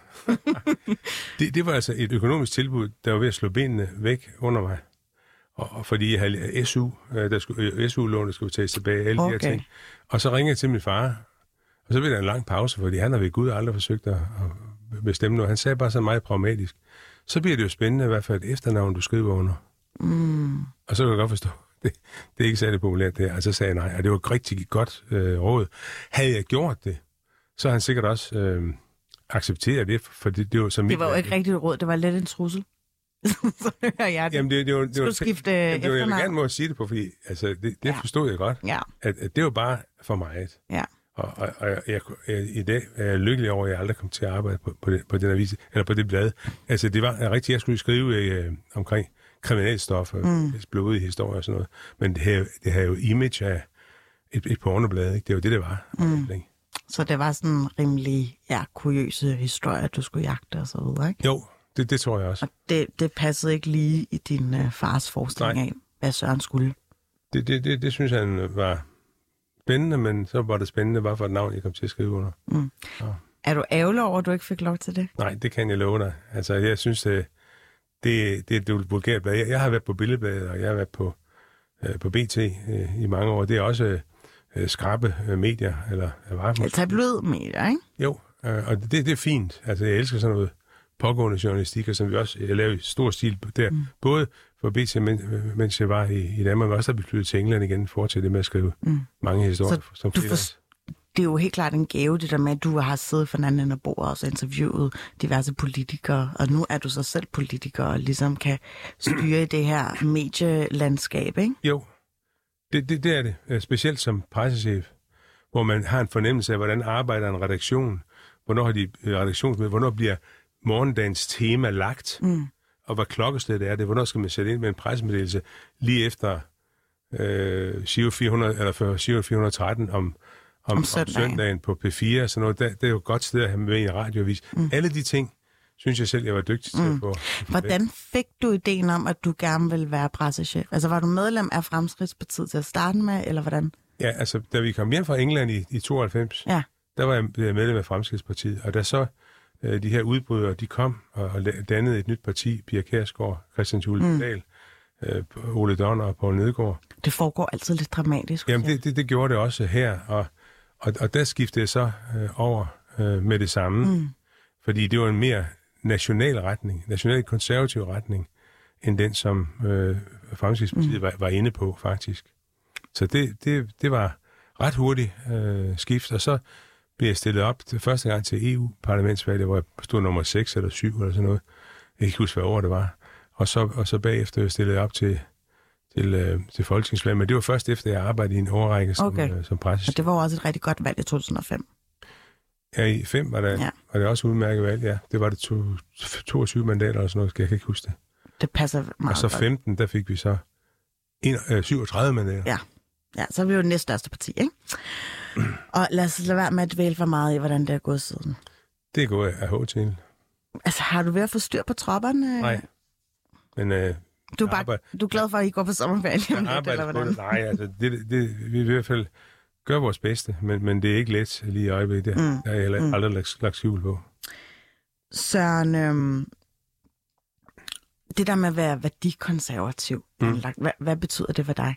det, det var altså et økonomisk tilbud, der var ved at slå benene væk under mig. Og, og fordi jeg havde S U, der skulle, S U-lånet skulle tages tilbage, alle okay. de her ting. Og så ringede jeg til min far, og så blev der en lang pause, fordi han har ved Gud aldrig forsøgt at, at bestemme noget. Han sagde bare så meget pragmatisk. Så bliver det jo spændende, i hvert fald et efternavn, du skriver under. Mm. Og så kan jeg godt forstå, det, det er ikke særlig populært det her. Og så sagde jeg nej, og det var et rigtig godt øh, råd. Havde jeg gjort det, så har han sikkert også øh, accepteret det, for det, det var så mit... Det var jo ikke rigtigt råd, det var lidt en trussel. Så hører jeg det. Jamen, det, det var... Det var, skifte jamen, det var, jeg vil gerne må sige det på, fordi altså, det, det ja. forstod jeg godt, ja. at, at det var bare for mig. Ja. Og, og, og jeg, jeg, jeg, i dag er jeg lykkelig over, at jeg aldrig kom til at arbejde på, på, det, på den avis, eller på det blad. Altså, det var rigtigt, jeg skulle skrive øh, omkring kriminalstoffer, mm. blodige historier og sådan noget. Men det havde, det havde jo image af et, et pornoblad, ikke? Det var det, det var. Mm. Ikke? Så det var sådan en rimelig ja, kuriøse historie, at du skulle jagte og så videre, ikke? Jo, det, det tror jeg også. Og det, det passede ikke lige i din uh, fars forestilling Nej. Af, hvad Søren skulle. Det, det, det, det synes han var spændende, men så var det spændende, hvad for et navn, jeg kom til at skrive under. Mm. Er du ærgerlig over, at du ikke fik lov til det? Nej, det kan jeg love dig. Altså, jeg synes, det, det, det er et vulgært blad. Jeg, jeg har været på Billedbladet, og jeg har været på, øh, på B T øh, i mange år. Det er også øh, skrappe øh, medier, eller hvad? Tabloid medier, ikke? Jo, øh, og det, det er fint. Altså, jeg elsker sådan noget pågående journalistik, og som vi også jeg lavede i stor stil der, mm. både for B T, mens jeg var i, i Danmark, men også da vi flyttede til England igen, fortsætte med at skrive mm. mange historier. Så som du for, det er jo helt klart en gave, det der med, at du har siddet for den anden ende af bordet og så interviewet diverse politikere, og nu er du så selv politiker og ligesom kan styre i det her medielandskab, ikke? Jo, det, det, det er det. Specielt som pressechef, hvor man har en fornemmelse af, hvordan arbejder en redaktion, hvornår har de redaktionsmøde, hvornår bliver morgendagens tema lagt, mm. og hvad klokkeslæt er det, hvornår skal man sætte ind med en pressemeddelelse lige efter øh, Giro fire hundrede, eller for Giro fire hundrede og tretten om, om, om, søndagen. om søndagen på P fire, sådan noget. Det, det er jo et godt sted at have med i en radioavis. Mm. Alle de ting, synes jeg selv, jeg var dygtig til mm. at få. Hvordan fik du ideen om, at du gerne ville være pressechef? Altså, var du medlem af Fremskridtspartiet til at starte med, eller hvordan? Ja, altså, da vi kom hjem fra England i, i tooghalvfems, ja. der var jeg medlem af Fremskridtspartiet, og da så øh, de her udbrydere, de kom og, og dannede et nyt parti, Pia Kjærsgaard, Christian Thulesen Dahl, mm. øh, Ole Donner og Poul Nødgaard. Det foregår altid lidt dramatisk. Jamen, det, det, det gjorde det også her, og, og, og der skiftede jeg så øh, over øh, med det samme, mm. fordi det var en mere national retning, national konservativ retning, end den, som øh, Fremskridtspartiet mm. var, var inde på, faktisk. Så det, det, det var ret hurtigt øh, skift, og så blev jeg stillet op til første gang til E U-parlamentsvalget, hvor jeg stod nummer seks eller syv eller sådan noget. Jeg kan ikke huske, hvad år det var. Og så, og så bagefter stillede jeg op til, til, øh, til folketingsvalget, men det var først efter, jeg arbejdede i en årrække som, okay. øh, som pressechef. Og det var også et rigtig godt valg i to tusind og fem. Ja, i fem var, der, ja. var det også udmærket valg, ja. Det var det to, toogtyve mandater eller sådan noget, skal jeg ikke huske det. Det passer meget. Og så femten, der fik vi så en, øh, syvogtredive mandater. Ja. Ja, så er vi jo den næststørste parti, ikke? Og lad os lade være med at dvæle for meget i, hvordan det er gået siden. Det er gået af H til. Altså, har du ved at få styr på tropperne? Nej. Men, øh, du, er bare, arbejde, du er glad for, at I går på sommerferie? Jeg arbejder lidt, på det. Nej, altså, det, det, vi vil i hvert fald gøre vores bedste, men, men det er ikke let lige i øjeblikket. Det mm. har jeg heller mm. aldrig lagt, lagt skjul på. Søren, øhm, det der med at være værdikonservativ, mm. hvad, hvad betyder det for dig?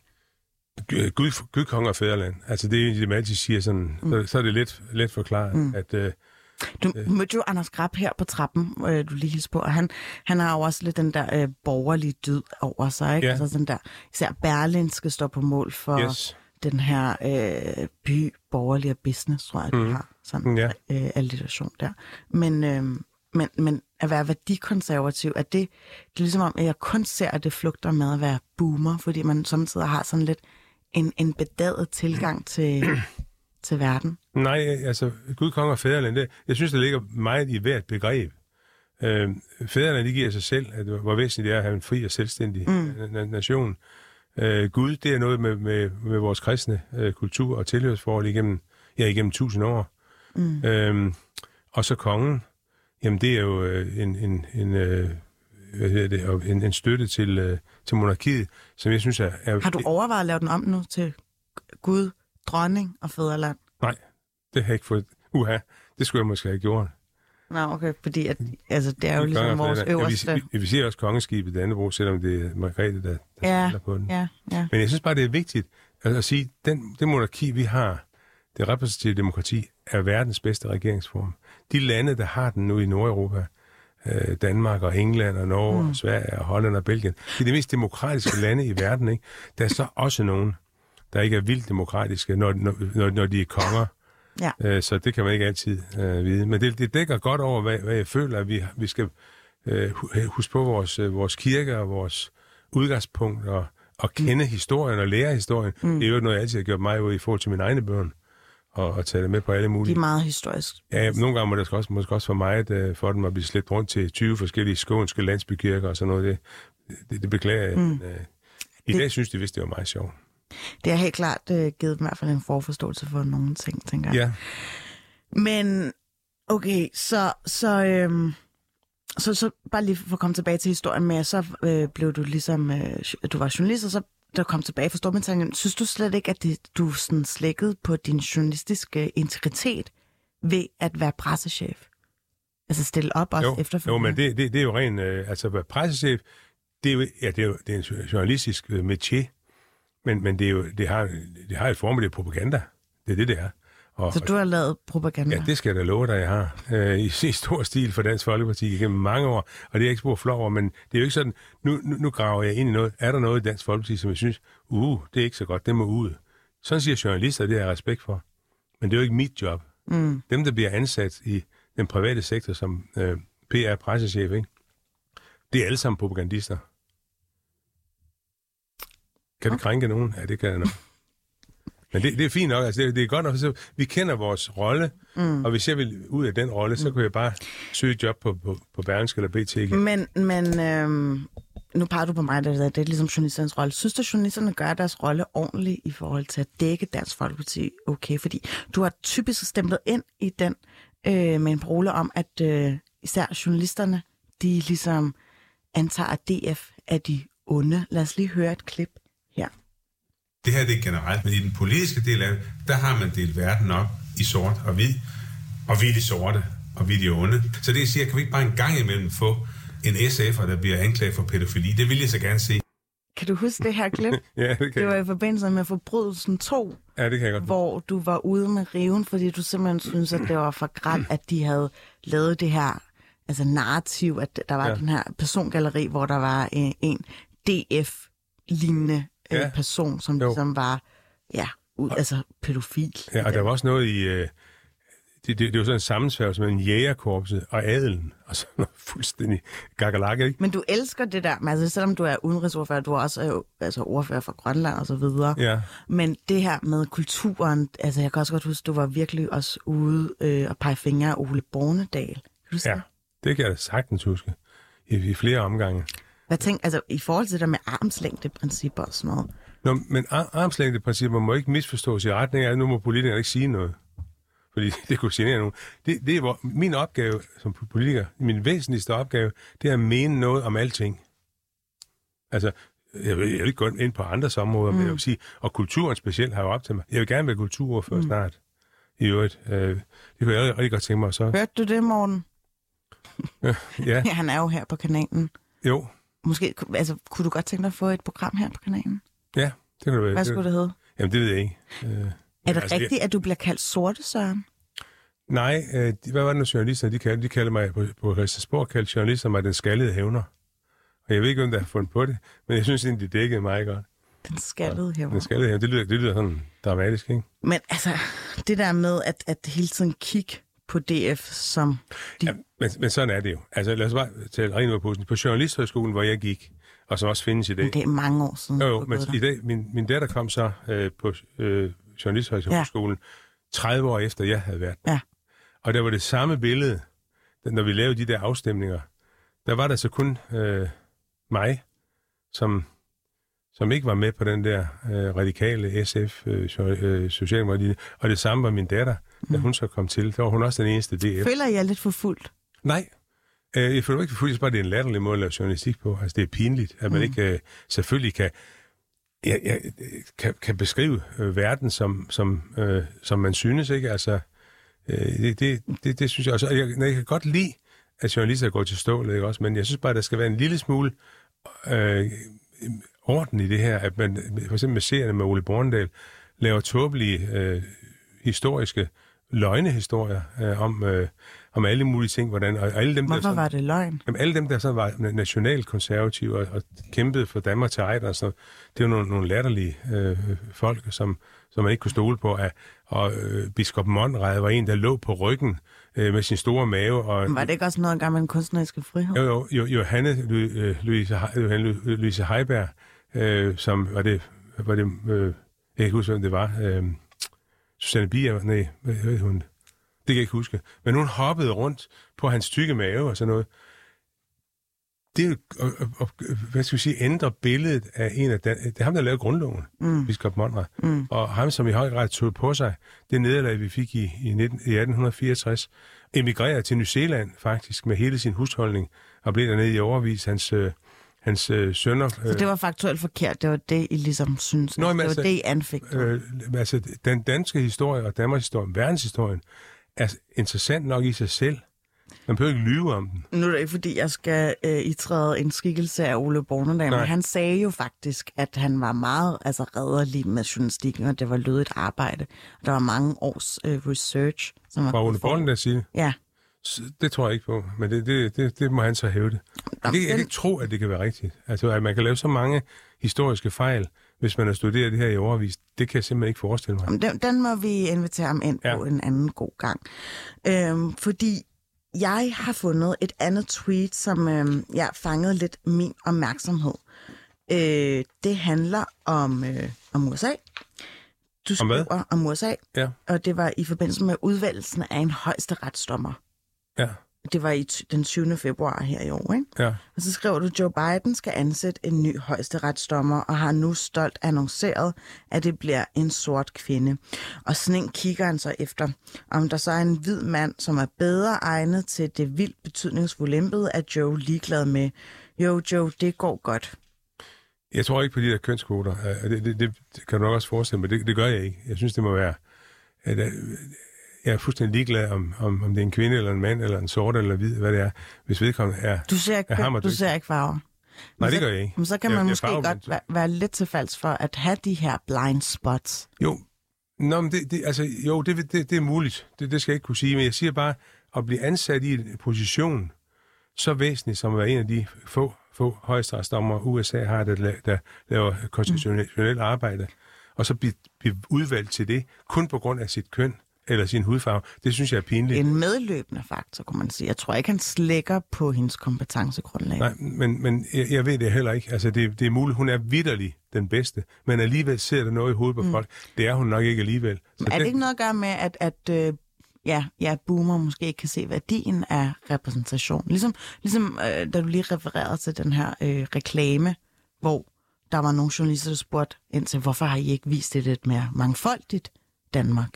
Gud, Gud, konge og fædreland. Altså det er det, man altid siger sådan, mm. så, så er det let, let forklaret, mm. at... Øh, du øh, mødte jo Anders Grab her på trappen, øh, du lige hilste på, og han, han har jo også lidt den der øh, borgerlige dyd over sig, ikke? Ja. Altså den der, især Berlingske står på mål for yes. den her øh, by, borgerlige business, tror jeg, mm. du har sådan ja. øh, alliteration der. Men, øh, men, men at være værdikonservativ, er det, det er ligesom om, at jeg kun ser, at det flugter med at være boomer, fordi man samtidig har sådan lidt en, en bedaget tilgang til, til verden. Nej, altså, Gud, konge og fædreland, det, jeg synes, det ligger meget i hvert begreb. Øh, fædreland, det giver sig selv, at, hvor væsentligt det er at have en fri og selvstændig mm. nation. Øh, Gud, det er noget med, med, med vores kristne øh, kultur og tilhørsforhold igennem, ja, igennem tusind år. Mm. Øh, og så kongen, jamen det er jo øh, en, en, en, øh, hvad hedder det, en, en støtte til, øh, til monarkiet, som jeg synes er... er har du overvejet at lave den om nu til Gud, dronning og fædreland? Nej, det har jeg ikke fået. Uha, det skulle jeg måske have gjort. Nå, okay, fordi at, altså, det er jo ligesom vores øverste... Ja, vi, vi ser også kongeskibet Dannebrog, selvom det er Margrethe, der, der ja, spiller på den. Ja, ja. Men jeg synes bare, det er vigtigt at, at sige, at den, det monarki, vi har, det repræsentative demokrati, er verdens bedste regeringsform. De lande, der har den nu i Nordeuropa, øh, Danmark og England og Norge mm. og Sverige og Holland og Belgien, det er de mest demokratiske lande i verden, ikke? Der er så også nogen, der ikke er vildt demokratiske, når, når, når de er konger. Ja. Øh, så det kan man ikke altid øh, vide. Men det, det dækker godt over, hvad, hvad jeg føler, at vi, vi skal øh, huske på vores, øh, vores kirke og vores udgangspunkt og, og kende mm. historien og lære historien. Mm. Det er jo noget, jeg altid har gjort mig ud i forhold til mine egne børn. Og, og tage det med på alle mulige... De er meget historisk. Ja, nogle gange må det også, måske også for mig, uh, for dem at blive slæbt rundt til tyve forskellige skånske landsbykirker og sådan noget. Det, det, det beklager jeg. Mm. Uh, I det, dag synes de, vist, det var meget sjovt. Det har helt klart uh, givet dem i hvert fald en forforståelse for nogle ting, tænker jeg. Ja. Men, okay, så... så øhm, så, så bare lige for at komme tilbage til historien med, så øh, blev du ligesom... Øh, du var journalist, og så der kom tilbage fra Storbritannien, synes du slet ikke, at det, du sådan slækkede på din journalistiske integritet ved at være pressechef? Altså stille op også jo, efterfølgende? Jo, men det, det, det er jo rent... Øh, altså at være pressechef, det er jo, ja, det er jo det er en journalistisk øh, métier, men, men det, er jo, det, har, det har et form af propaganda. Det er det, det er. Og, så du har lavet propaganda? Ja, det skal jeg da love dig, jeg har. Øh, i, I stor stil for Dansk Folkeparti igennem mange år, og det er jeg ikke spor flov over, men det er jo ikke sådan, nu, nu, nu graver jeg ind i noget. Er der noget i Dansk Folkeparti, som jeg synes, uh, det er ikke så godt, det må ud. Sådan siger journalister, det har jeg respekt for. Men det er jo ikke mit job. Mm. Dem, der bliver ansat i den private sektor som øh, P R-pressechef, ikke? Det er alle sammen propagandister. Kan det krænke nogen? Ja, det kan jeg nok. Men det, det er fint nok, altså det, det er godt nok, så vi kender vores rolle, mm. og hvis jeg vil ud af den rolle, så kunne jeg bare søge job på, på, på Berlingske eller B T igen. Men, men øhm, nu peger du på mig, det er, det er ligesom journalisternes rolle. Synes du, at journalisterne gør deres rolle ordentligt i forhold til at dække Dansk Folkeparti? Okay, fordi du har typisk stemplet ind i den øh, med en parole om, at øh, især journalisterne, de ligesom antager, at D F er de onde. Lad os lige høre et klip her. Det her det er generelt, men i den politiske del af det, der har man delt verden op i sort og hvid, og vi er de sorte, og vi er de onde. Så det jeg siger, kan vi ikke bare en gang imellem få en S F'er, der bliver anklaget for pædofili? Det vil jeg så gerne se. Kan du huske det her klip? Ja, det kan det var jeg. I forbindelse med Forbrydelsen to, Ja, det kan jeg godt. hvor du var ude med riven, fordi du simpelthen synes, at det var for grædt, at de havde lavet det her altså narrativ, at der var ja. den her persongalleri, hvor der var en, en D F-lignende ja. person, som jo. ligesom var ja, ud, altså pædofil. Ja, og der var også noget i... Øh, det, det, det var sådan en sammensværgelse mellem jægerkorpset og adelen, og så noget fuldstændig gakkerlakke, ikke? Men du elsker det der, altså selvom du er udenrigsordfører, du er også øh, altså, ordfører fra Grønland og så videre. Ja. Men det her med kulturen, altså jeg kan også godt huske, du var virkelig også ude øh, og pege fingre af Ole Bornedal. Kan du ja, det kan jeg da sagtens huske. I, i flere omgange. Hvad tænker, altså i forhold til det der med armslængdeprincipper og sådan noget? Nå, men ar- armslængdeprincipper må ikke misforstås i retning af, at nu må politikerne ikke sige noget. Fordi det kunne genere nogen. Det, det er hvor, min opgave som politiker, min væsentligste opgave, det er at mene noget om alting. Altså, jeg vil, jeg vil ikke gå ind på andres områder, mm. men jeg vil sige, og kulturen specielt har jo op til mig. Jeg vil gerne være kulturordfører mm. snart. I øvrigt. Øh, det kunne jeg rigtig godt tænke mig så. Hørte du det, Morten? ja. ja. Han er jo her på kanalen. Jo. Måske, altså, kunne du godt tænke dig at få et program her på kanalen? Ja, det kunne det være. Hvad skulle det hedde? Jamen, det ved jeg ikke. Øh, er det altså, rigtigt, jeg... at du bliver kaldt sorte, Søren? Nej, øh, de, hvad var det nu journalister, de kaldte? De kaldte mig på, på Christiansborg, kaldte journalister mig den skaldede hævner. Og jeg ved ikke, om der har fundet på det, men jeg synes egentlig, de dækkede meget godt. Den skaldede hævner. Den skaldede hævner, det lyder, det lyder sådan dramatisk, ikke? Men altså, det der med at, at hele tiden kigge på D F som... De... Ja, men, men sådan er det jo. Altså, lad os bare tale rent ud af posen. På Journalisthøjskolen, hvor jeg gik, og som også findes i dag... Men det er mange år siden. Jo, jo, men i dag, min, min datter kom så øh, på øh, Journalisthøjskolen ja. tredive år efter, jeg havde været. Ja. Og der var det samme billede, når vi lavede de der afstemninger. Der var der så kun øh, mig, som, som ikke var med på den der øh, radikale S F øh, øh, socialdemokrati. Og det samme var min datter, da hun så kom til. Der var hun også den eneste D F. Føler I jer lidt for fuldt? Nej. Øh, jeg føler ikke for fuldt. Det er bare, det er en latterlig måde at lave journalistik på. Altså, det er pinligt, at man mm. ikke øh, selvfølgelig kan, ja, ja, kan, kan beskrive øh, verden, som, som, øh, som man synes, ikke? Altså... Det, det, det, det synes jeg også. Jeg, jeg kan godt lide, at journalister går til stålet, ikke også? Men jeg synes bare, at der skal være en lille smule øh, orden i det her, at man for eksempel med serierne med Ole Bornedal laver tåbelige øh, historiske løgnehistorier øh, om, øh, om alle mulige ting. Hvordan, og alle dem, Hvorfor der sådan, var det løgn? Jamen, alle dem, der så var nationalkonservative og, og kæmpede for Danmark til ejder og sådan noget, det var nogle, nogle latterlige øh, folk, som, som man ikke kunne stole på. At, og øh, biskop Monrad var en, der lå på ryggen øh, med sin store mave. Og, var det ikke også noget engang med den kunstneriske frihed? Jo, jo, jo Johanne Louise, Johanne Louise Heiberg, øh, som var det, var det øh, jeg kan ikke huske, hvem det var, øh, Susanne Bier, nej, hvad hed hun? Det kan jeg ikke huske. Men hun hoppede rundt på hans tykke mave og sådan noget. Det er jo, og, og, hvad skal vi sige, ændrer billedet af en af den, det er ham, der lavede grundloven, mm. biskop Monrad. Mm. Og ham, som i høj grad tog på sig det nederlag, vi fik i, i, nitten, i atten fireogtres, emigrerede til New Zealand faktisk med hele sin husholdning, og blev dernede i overvis hans, øh, hans øh, sønner. Øh. Så det var faktuelt forkert, det var det, I ligesom synes, Nå, det var altså, det, I anfik. Øh, altså, den danske historie og Danmarks historie, verdenshistorien, er interessant nok i sig selv. Man behøver ikke lyve om den. Nu er det ikke, fordi jeg skal øh, idtræde en skikkelse af Ole Bornedal, men han sagde jo faktisk, at han var meget altså, redderlig med journalistikken, og det var lødigt arbejde. Og der var mange års øh, research. Som Fra Ole Bornedal sige? Ja. Det tror jeg ikke på, men det, det, det, det må han så hævde. Jeg, jeg kan ikke tro, at det kan være rigtigt. Altså, at man kan lave så mange historiske fejl, hvis man har studeret det her i årevis. Det kan jeg simpelthen ikke forestille mig. Den, den må vi invitere ham ind ja. på en anden god gang. Øhm, fordi jeg har fundet et andet tweet, som øhm, jeg fangede lidt min opmærksomhed. Øh, det handler om, øh, om U S A. Du skriver om, om U S A, ja. og det var i forbindelse med udvælgelsen af en højesteretsdommer. Ja. Det var i t- den syvende februar her i år, ikke? Ja. Og så skriver du, at Joe Biden skal ansætte en ny højesteretsdommer, og har nu stolt annonceret, at det bliver en sort kvinde. Og sådan en kigger han så efter, om der så er en hvid mand, som er bedre egnet til det vildt betydningsfulde embede, er Joe ligeglad med. Jo, Joe, det går godt. Jeg tror ikke på de der kønskvoter. Det, det, det kan du nok også forestille mig. Det, det gør jeg ikke. Jeg synes, det må være... At, jeg er fuldstændig ligeglad, om, om, om det er en kvinde, eller en mand, eller en sort, eller hvid, hvad det er. Hvis vedkommende er... Du ser ikke, er du ser ikke farver. Nej, det gør jeg ikke. Men så kan man jeg, måske jeg godt være, være lidt til falsk for at have de her blind spots. Jo, Nå, men det, det, altså, jo det, det, det er muligt. Det, det skal jeg ikke kunne sige. Men jeg siger bare, at blive ansat i en position så væsentlig, som at være en af de få, få højesteretsdommere, U S A har, der, der laver konstitutionelt arbejde, og så blive, blive udvalgt til det, kun på grund af sit køn eller sin hudfarve, det synes jeg er pinligt. En medløbende faktor, kunne man sige. Jeg tror ikke, han slækker på hendes kompetencegrundlag. Nej, men, men jeg, jeg ved det heller ikke. Altså, det, det er muligt, hun er vitterlig den bedste, men alligevel sidder der noget i hovedet på mm. folk. Det er hun nok ikke alligevel. Så er det, det ikke noget at gøre med, at, at øh, ja, ja, boomer måske ikke kan se værdien af repræsentation? Ligesom, ligesom øh, da du lige refererede til den her øh, reklame, hvor der var nogle journalister, der spurgte ind til, hvorfor har I ikke vist det lidt mere mangfoldigt Danmark?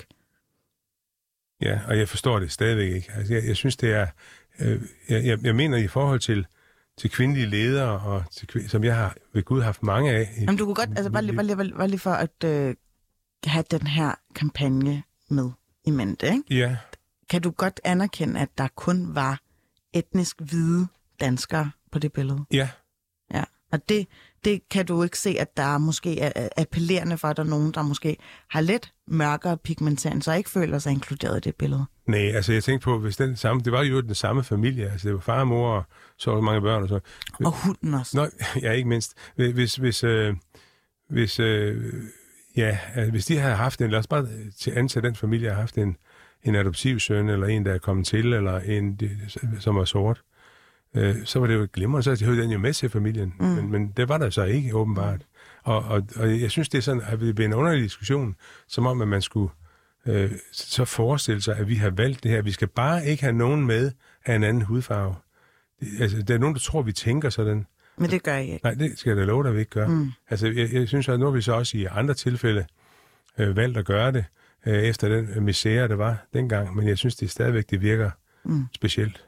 Ja, og jeg forstår det stadigvæk ikke. Altså, jeg, jeg synes, det er... Øh, jeg, jeg mener, i forhold til, til kvindelige ledere, og til, som jeg har ved Gud haft mange af... I, Jamen, du kunne godt... Altså, bare lige, bare lige, bare lige for at øh, have den her kampagne med i mente, ikke? Ja. Kan du godt anerkende, at der kun var etnisk hvide danskere på det billede? Ja. Ja, og det, det kan du ikke se, at der er måske er appellerende for, at der er nogen, der måske har lidt mørkere pigmentering, så ikke føler sig inkluderet i det billede. Nej, altså jeg tænkte på, hvis den samme, det var jo den samme familie, altså det var far og mor og så mange børn og så. Og hunden også. Nå, ja, ikke mindst. Hvis, hvis, øh, hvis, øh, ja, hvis de havde haft en, lad os bare til ansætte den familie, har haft en, en adoptivsøn, eller en, der er kommet til, eller en, som var sort, øh, så var det jo glimrende, så havde den jo med til familien, mm. men, men det var der så ikke, åbenbart. Og, og, og jeg synes, det er sådan, at det bliver en underlig diskussion, som om, at man skulle øh, så forestille sig, at vi har valgt det her. Vi skal bare ikke have nogen med af en anden hudfarve. Det, altså, der er nogen, der tror, vi tænker sådan. Men det gør jeg ikke. Nej, det skal jeg da love dig, vi ikke gør. Mm. Altså, jeg, jeg synes, at nu har vi så også i andre tilfælde øh, valgt at gøre det, øh, efter den misære, der var dengang. Men jeg synes, det stadigvæk, det virker mm. specielt.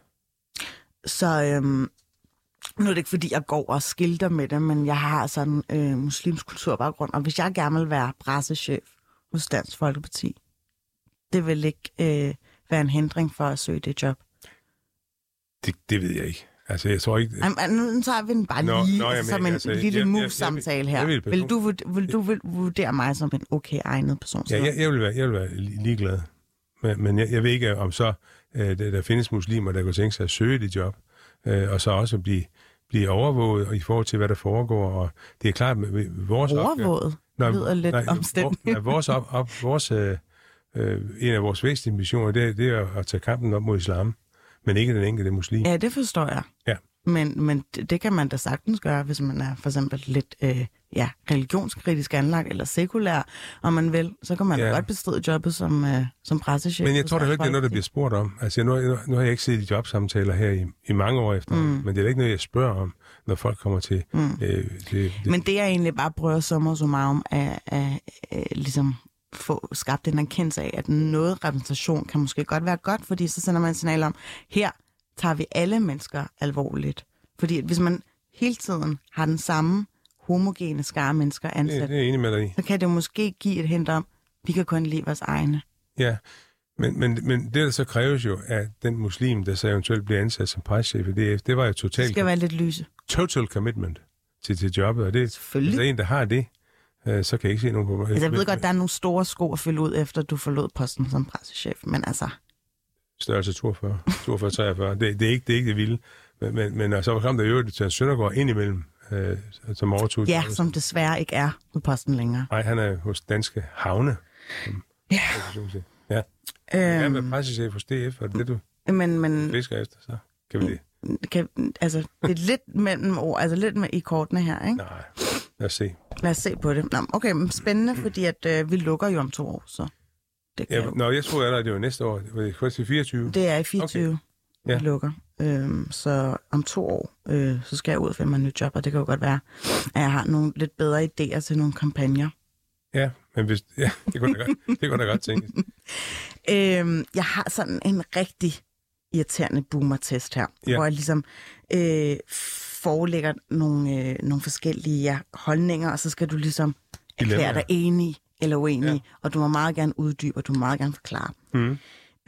Så øhm, nu er det ikke, fordi jeg går og skilter med det, men jeg har sådan en øh, muslimsk kulturbaggrund, og hvis jeg gerne vil være pressechef hos Dansk Folkeparti, det vil ikke øh, være en hindring for at søge det job. Det, det ved jeg ikke. Altså, jeg tror ikke... Jamen, nu tager vi den bare nå, lige nå, jamen, som en altså, lille jeg, mus-samtale her. Jeg vil, vil, du, vil du vil vurdere mig som en okay egnet person? Ja, jeg, jeg, vil være, jeg vil være ligeglad. Men, men jeg, jeg ved ikke, om så øh, der, der findes muslimer, der kunne tænke sig at søge det job, øh, og så også blive, blive overvåget i forhold til, hvad der foregår. Og det er klart, med vores overvåget? Det lyder lidt nej, omstændigt. Vores, op, op, vores, øh, øh, en af vores væsentlige missioner, det, det er at tage kampen op mod islam, men ikke den enkelte muslim. Ja, det forstår jeg. Ja. Men, men det, det kan man da sagtens gøre, hvis man er for eksempel lidt øh, ja, religionskritisk anlagt eller sekulær, og man vil, så kan man ja. godt bestride jobbet som, øh, som pressechef. Men jeg tror da ikke, det er noget, der bliver spurgt om. Altså, nu, nu, nu har jeg ikke set i jobsamtaler her i, i mange år efter, mm. men det er ikke noget, jeg spørger om, når folk kommer til... Mm. Øh, det, det. Men det er egentlig bare prøver sommer som om at, at, at ligesom få skabt en erkendelse af, at noget repræsentation kan måske godt være godt, fordi så sender man en signal om, her tager vi alle mennesker alvorligt. Fordi hvis man hele tiden har den samme homogene skare mennesker ansat, det, det er enig med dig i. Så kan det måske give et hint om, vi kan kun lide vores egne. Ja, Men, men, men det, der så kræves jo, at den muslim, der så eventuelt bliver ansat som præstchef i D F, det var jo totalt... Det skal være lidt lyse. Total commitment til, til jobbet, og det, Selvfølgelig. hvis der er en, der har det, øh, så kan jeg ikke se nogen på... Altså, jeg ved godt, der er nogle store sko at fylde ud, efter du forlod posten som pressechef, men altså... Størrelse toogfyrre, toogfyrre, treogfyrre, det, det, er ikke, det er ikke det vilde. Men, men, men så kom der jo til en Søndergaard ind imellem, øh, som overtog... Ja, som desværre ikke er på posten længere. Nej, han er hos Danske Havne. Ja. Ja. Jeg er med pressechef hos D F, og det du men, men, fisker efter, så kan vi det. Kan, altså, det er lidt mellem ord, altså lidt med i kortene her, ikke? Nej, lad os se. Lad os se på det. Nå, okay, men spændende, fordi at, øh, vi lukker jo om to år, så det kan Ja, jo. nå, jeg tror allerede, det var næste år. Det var det fireogtyve? Det er i fireogtyve, okay. Ja. Vi lukker. Øhm, så om to år, øh, så skal jeg ud og finde mig en ny job, og det kan jo godt være, at jeg har nogle lidt bedre idéer til nogle kampagner. Ja, men hvis, ja, det kunne da godt, det kunne da godt tænkes. Øhm, jeg har sådan en rigtig irriterende boomer-test her, Ja. hvor jeg ligesom øh, forelægger nogle, øh, nogle forskellige ja, holdninger, og så skal du ligesom erklære dig enig eller uenig, ja. Og du må meget gerne uddybe, og du må meget gerne forklare. Mm.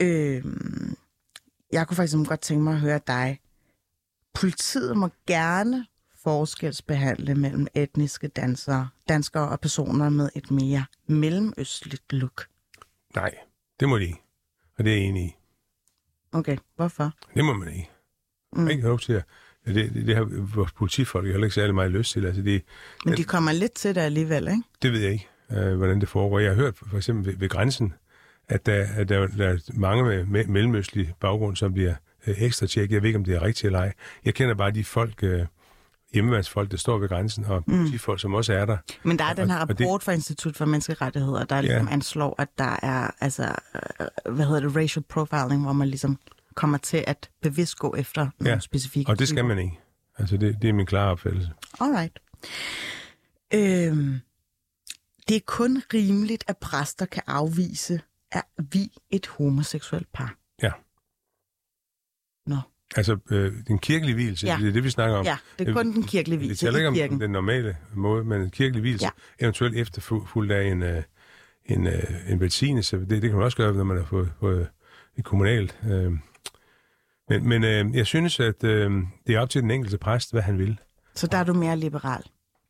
Øhm, jeg kunne faktisk godt tænke mig at høre dig. Politiet må gerne forskelsbehandle mellem etniske dansere, danskere og personer med et mere mellemøstligt look. Nej, det må de ikke. Og det er jeg enig i. Okay, hvorfor? Det Det må man ikke. Mm. Ikke lov til at... Det, det, det har vores politifolk heller ikke særlig meget lyst til. Altså, det, Men de kommer lidt til det alligevel, ikke? det ved jeg ikke, øh, hvordan det foregår. Jeg har hørt for eksempel ved, ved grænsen, at der, at der, der er mange med, med mellemøstlig baggrund, som bliver øh, ekstra tjekket. Jeg ved ikke, om det er rigtigt eller ej. Jeg kender bare de folk... Øh, hjemmeværnsfolk, der står ved grænsen, og politifolk, mm. som også er der. Men der er og, den her rapport det, fra Institut for Menneskerettigheder, der ligesom ja. anslår, at der er, altså, øh, hvad hedder det, racial profiling, hvor man ligesom kommer til at bevidst gå efter nogle ja. specifikke og det skal typer. man ikke. Altså, det, det er min klare opfattelse. Alright. Øhm, det er kun rimeligt, at præster kan afvise, at vi et homoseksuelt par. Ja. Nå. Altså, øh, den kirkelige vielse, Ja. det er det, vi snakker om. Ja, det er kun den kirkelige Det vielse taler i ikke kirken. om den normale måde, men en kirkelig vielse, Ja. eventuelt efterfulgt af en, øh, en, øh, en velsignelse. Det, det kan man også gøre, når man har fået, fået et kommunalt. Øh. Men, men øh, jeg synes, at øh, det er op til den enkelte præst, hvad han vil. Så der er du mere liberal.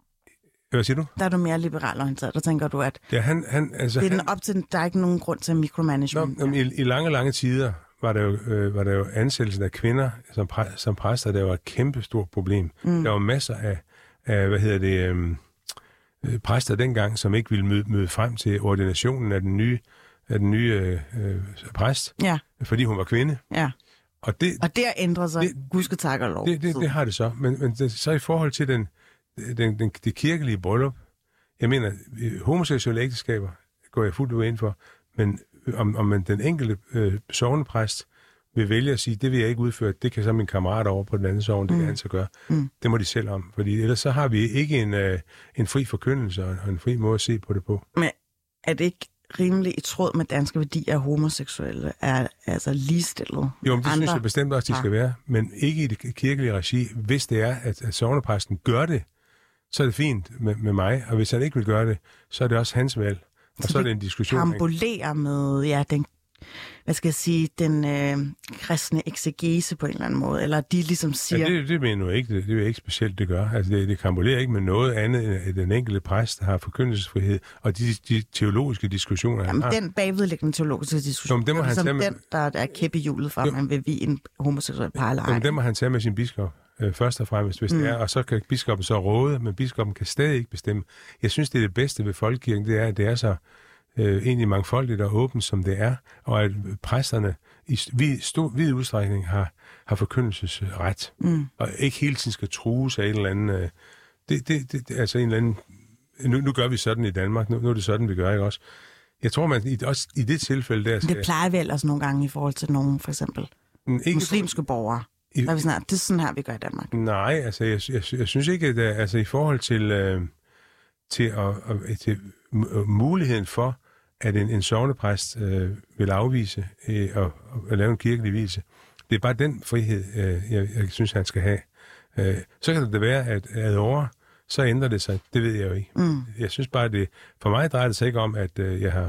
Hvad siger du? Der er du mere liberal orienteret. Der tænker du, at Ja, han, han, altså, det er han, den op til den, der er ikke nogen grund til micromanagement. Nå, i, I lange, lange tider var der jo, øh, var der jo ansættelsen af kvinder som, præ, som præster, der var et kæmpe stort problem. Mm. Der var masser af, af hvad hedder det, øh, øh, præster dengang, som ikke ville møde, møde frem til ordinationen af den nye, af den nye øh, øh, præst, Ja, fordi hun var kvinde. ja. Og det, Og der ændrer sig, Det- gud skal takke og lov. det, det, det har det så. Men, men det, så i forhold til den, den, den, det kirkelige bryllup, jeg mener, homoseksuelle ægteskaber går jeg fuldt ud ind for, men om, om man, den enkelte øh, sognepræst vil vælge at sige, det vil jeg ikke udføre, det kan så min kammerat over på den anden sogn, det mm. kan han så gøre. Mm. Det må de selv om, fordi ellers så har vi ikke en, øh, en fri forkyndelse og en fri måde at se på det på. Men er det ikke rimelig i tråd med danske værdier, at homoseksuelle er altså ligestillet? Jo, men det Andre... synes jeg bestemt også, de skal være, men ikke i det kirkelige regi. Hvis det er, at, at sognepræsten gør det, så er det fint med, med mig, og hvis han ikke vil gøre det, så er det også hans valg. Og så, så er det en diskussion. Kambolerer med, ja, den, hvad skal jeg sige, den øh, kristne eksegese på en eller anden måde, eller de ligesom siger... Ja, det, det mener jeg ikke, det, det er ikke specielt, det gør. Altså, det, det kambolerer ikke med noget andet, end at den enkelte præst har forkyndelsesfrihed, og de, de teologiske diskussioner, Jamen, han har. den bagvedliggende teologiske diskussion, Jamen, det må er han ligesom tage med- den, der er kæppe i hjulet for, at man vil vie en homoseksuel par eller ej. Jamen, det må han tage med sin biskop, øh, først og fremmest, hvis mm. det er, og så kan biskoppen så råde, men biskoppen kan stadig ikke bestemme. Jeg synes, det er det bedste ved folkekirken, det er, at det er så øh, egentlig mangfoldigt og åbent, som det er, og at præsterne i vid, stor, vid udstrækning har, har forkyndelsesret, mm. og ikke hele tiden skal trues af en eller anden... Øh, det, det, det, altså en eller anden... Nu, nu gør vi sådan i Danmark, nu, nu er det sådan, vi gør, ikke også? Jeg tror, man i, også i det tilfælde der... Skal, Det plejer vi ellers nogle gange i forhold til nogen, for eksempel ikke, muslimske borgere. I, Der er vi sådan, det er sådan her, vi gør i Danmark. Nej, altså jeg, jeg, jeg synes ikke, at der, altså i forhold til, øh, til, at, at, til muligheden for, at en, en sognepræst øh, vil afvise øh, og, og lave en kirkelig vielse, det er bare den frihed, øh, jeg, jeg synes, han skal have. Øh, så kan det da være, at ad over, så ændrer det sig. Det ved jeg jo ikke. Mm. Jeg synes bare, at det, for mig drejer det sig ikke om, at øh, jeg har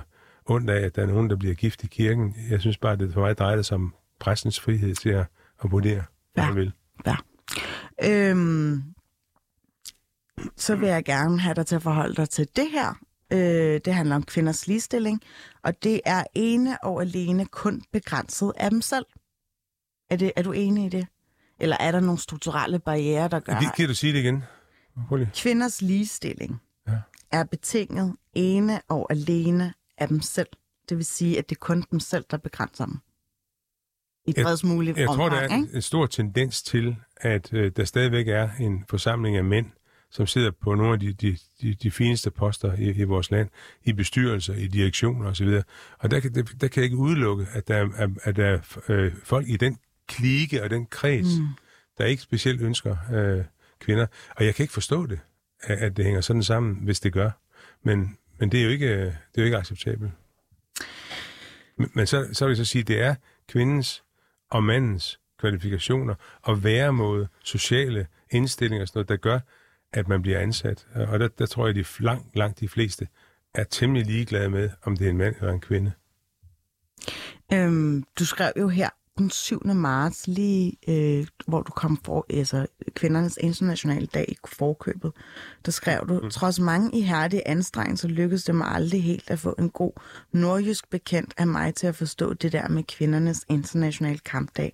ondt af, at der er nogen, der bliver gift i kirken. Jeg synes bare, at det for mig drejer det sig om præstens frihed til at, at vurdere, hvad Ja. han vil. Ja. Øhm, så vil jeg gerne have dig til at forholde dig til det her. Øh, det handler om kvinders ligestilling, og det er ene og alene kun begrænset af dem selv. Er, det, er du enig i det? Eller er der nogle strukturelle barrierer, der gør, Kan, kan du sige det igen? Prøv kvinders ligestilling Ja. er betinget ene og alene af dem selv? Det vil sige, at det er kun dem selv, der begrænser dem. I Jeg- bredest muligt Jeg tror, omfang, der er ikke? en, en stor tendens til, at øh, der stadigvæk er en forsamling af mænd, som sidder på nogle af de, de, de, de fineste poster i, i vores land, i bestyrelser, i direktioner osv. Og der kan, der, der kan jeg ikke udelukke, at der er, at der er øh, folk i den klike og den kreds, mm. der ikke specielt ønsker øh, kvinder. Og jeg kan ikke forstå det, at, at det hænger sådan sammen, hvis det gør. Men, men det er jo ikke, det er jo ikke acceptabelt. Men, men så, så vil jeg så sige, at det er kvindens og mandens kvalifikationer og væremåde, sociale indstillinger og sådan noget, der gør, at man bliver ansat. Og der, der tror jeg, at de langt, langt de fleste er temmelig ligeglade med, om det er en mand eller en kvinde. Øhm, du skrev jo her den syvende marts, lige øh, hvor du kom for, altså kvindernes internationale dag i forkøbet, der skrev du, mm. trods mange ihærdige anstrengelser lykkedes det mig aldrig helt at få en god nordjysk bekendt af mig til at forstå det der med kvindernes internationale kampdag.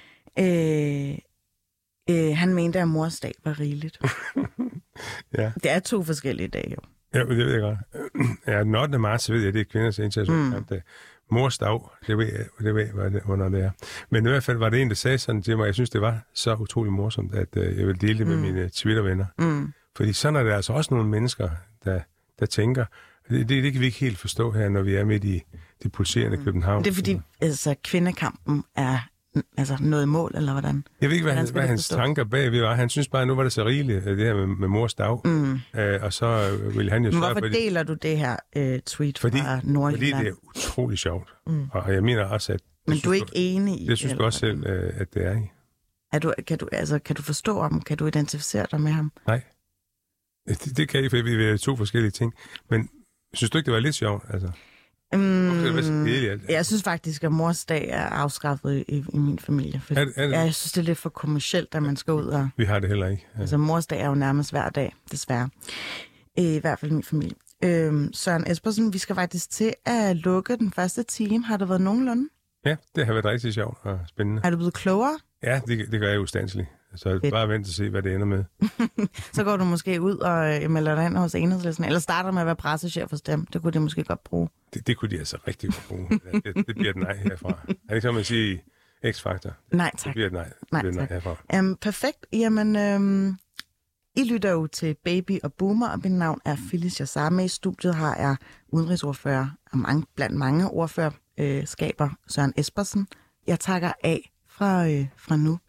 Øh, øh, han mente, at mors dag var rigeligt. Ja. Det er to forskellige dage, jo. Ja, det ved jeg godt. Ja, den ottende marts ved jeg, det er kvindernes internationale mm. kampdag. Mors dag, det ved jeg, det ved jeg, hvornår det er. Men i hvert fald var det en, der sagde sådan til mig, jeg synes, det var så utrolig morsomt, at uh, jeg vil dele det med mm. mine Twitter-venner. Mm. Fordi sådan er der altså også nogle mennesker, der, der tænker, det, det, det kan vi ikke helt forstå her, når vi er midt i det pulserende mm. København. Det er fordi, altså, kvindekampen er altså noget mål, eller hvordan? Jeg ved ikke, hvad, han, hvad hans forstås? tanker bagved var. Han synes bare, at nu var det så rigeligt, det her med, med mors dag. Mm. Uh, og så ville han jo Men sørge hvorfor for det. deler du det her uh, tweet Fordi, fra fordi Nordjylland? det er utrolig sjovt. Mm. Og jeg mener også, at... Men synes du er ikke enig i det? synes eller du også hvordan? selv, uh, at det er i. Er du, kan, du, altså, kan du forstå ham? Kan du identificere dig med ham? Nej. Det, det kan jeg ikke, fordi vi er to forskellige ting. Men synes du ikke, det var lidt sjovt? Altså, hvorfor skal det være så kedeligt? Altså? Jeg synes faktisk, at mors dag er afskaffet i, i min familie. For Er det- er det? ja, jeg synes, det er lidt for kommercielt, at man skal ud og... Vi har det heller ikke. Ja. Altså, mors dag er jo nærmest hver dag, desværre. I hvert fald i min familie. Øhm, Søren Espersen, vi skal faktisk til at lukke den første time. Har det været nogenlunde? Ja, det har været rigtig sjovt og spændende. Er du blevet klogere? Ja, det, det gør jeg ustandsligt. Så Fedt. bare vent og se, hvad det ender med. Så går du måske ud og øh, melder dig ind hos Enhedslisten, eller starter med at være pressechef hos dem. Det kunne de måske godt bruge. Det, det kunne de altså rigtig godt bruge. Ja, det, det bliver et nej herfra. Er det ikke så, man siger i X-Factor? Nej, Det tak. bliver et nej. Det Nej, bliver et nej tak. herfra. Um, perfekt. Jamen, øhm, I lytter jo til Baby og Boomer, og mit navn er Phyllis Jassar. Med i studiet har jeg udenrigsordfører og mange, blandt mange ordførerskaber, Søren Espersen. Jeg takker af fra, øh, fra nu.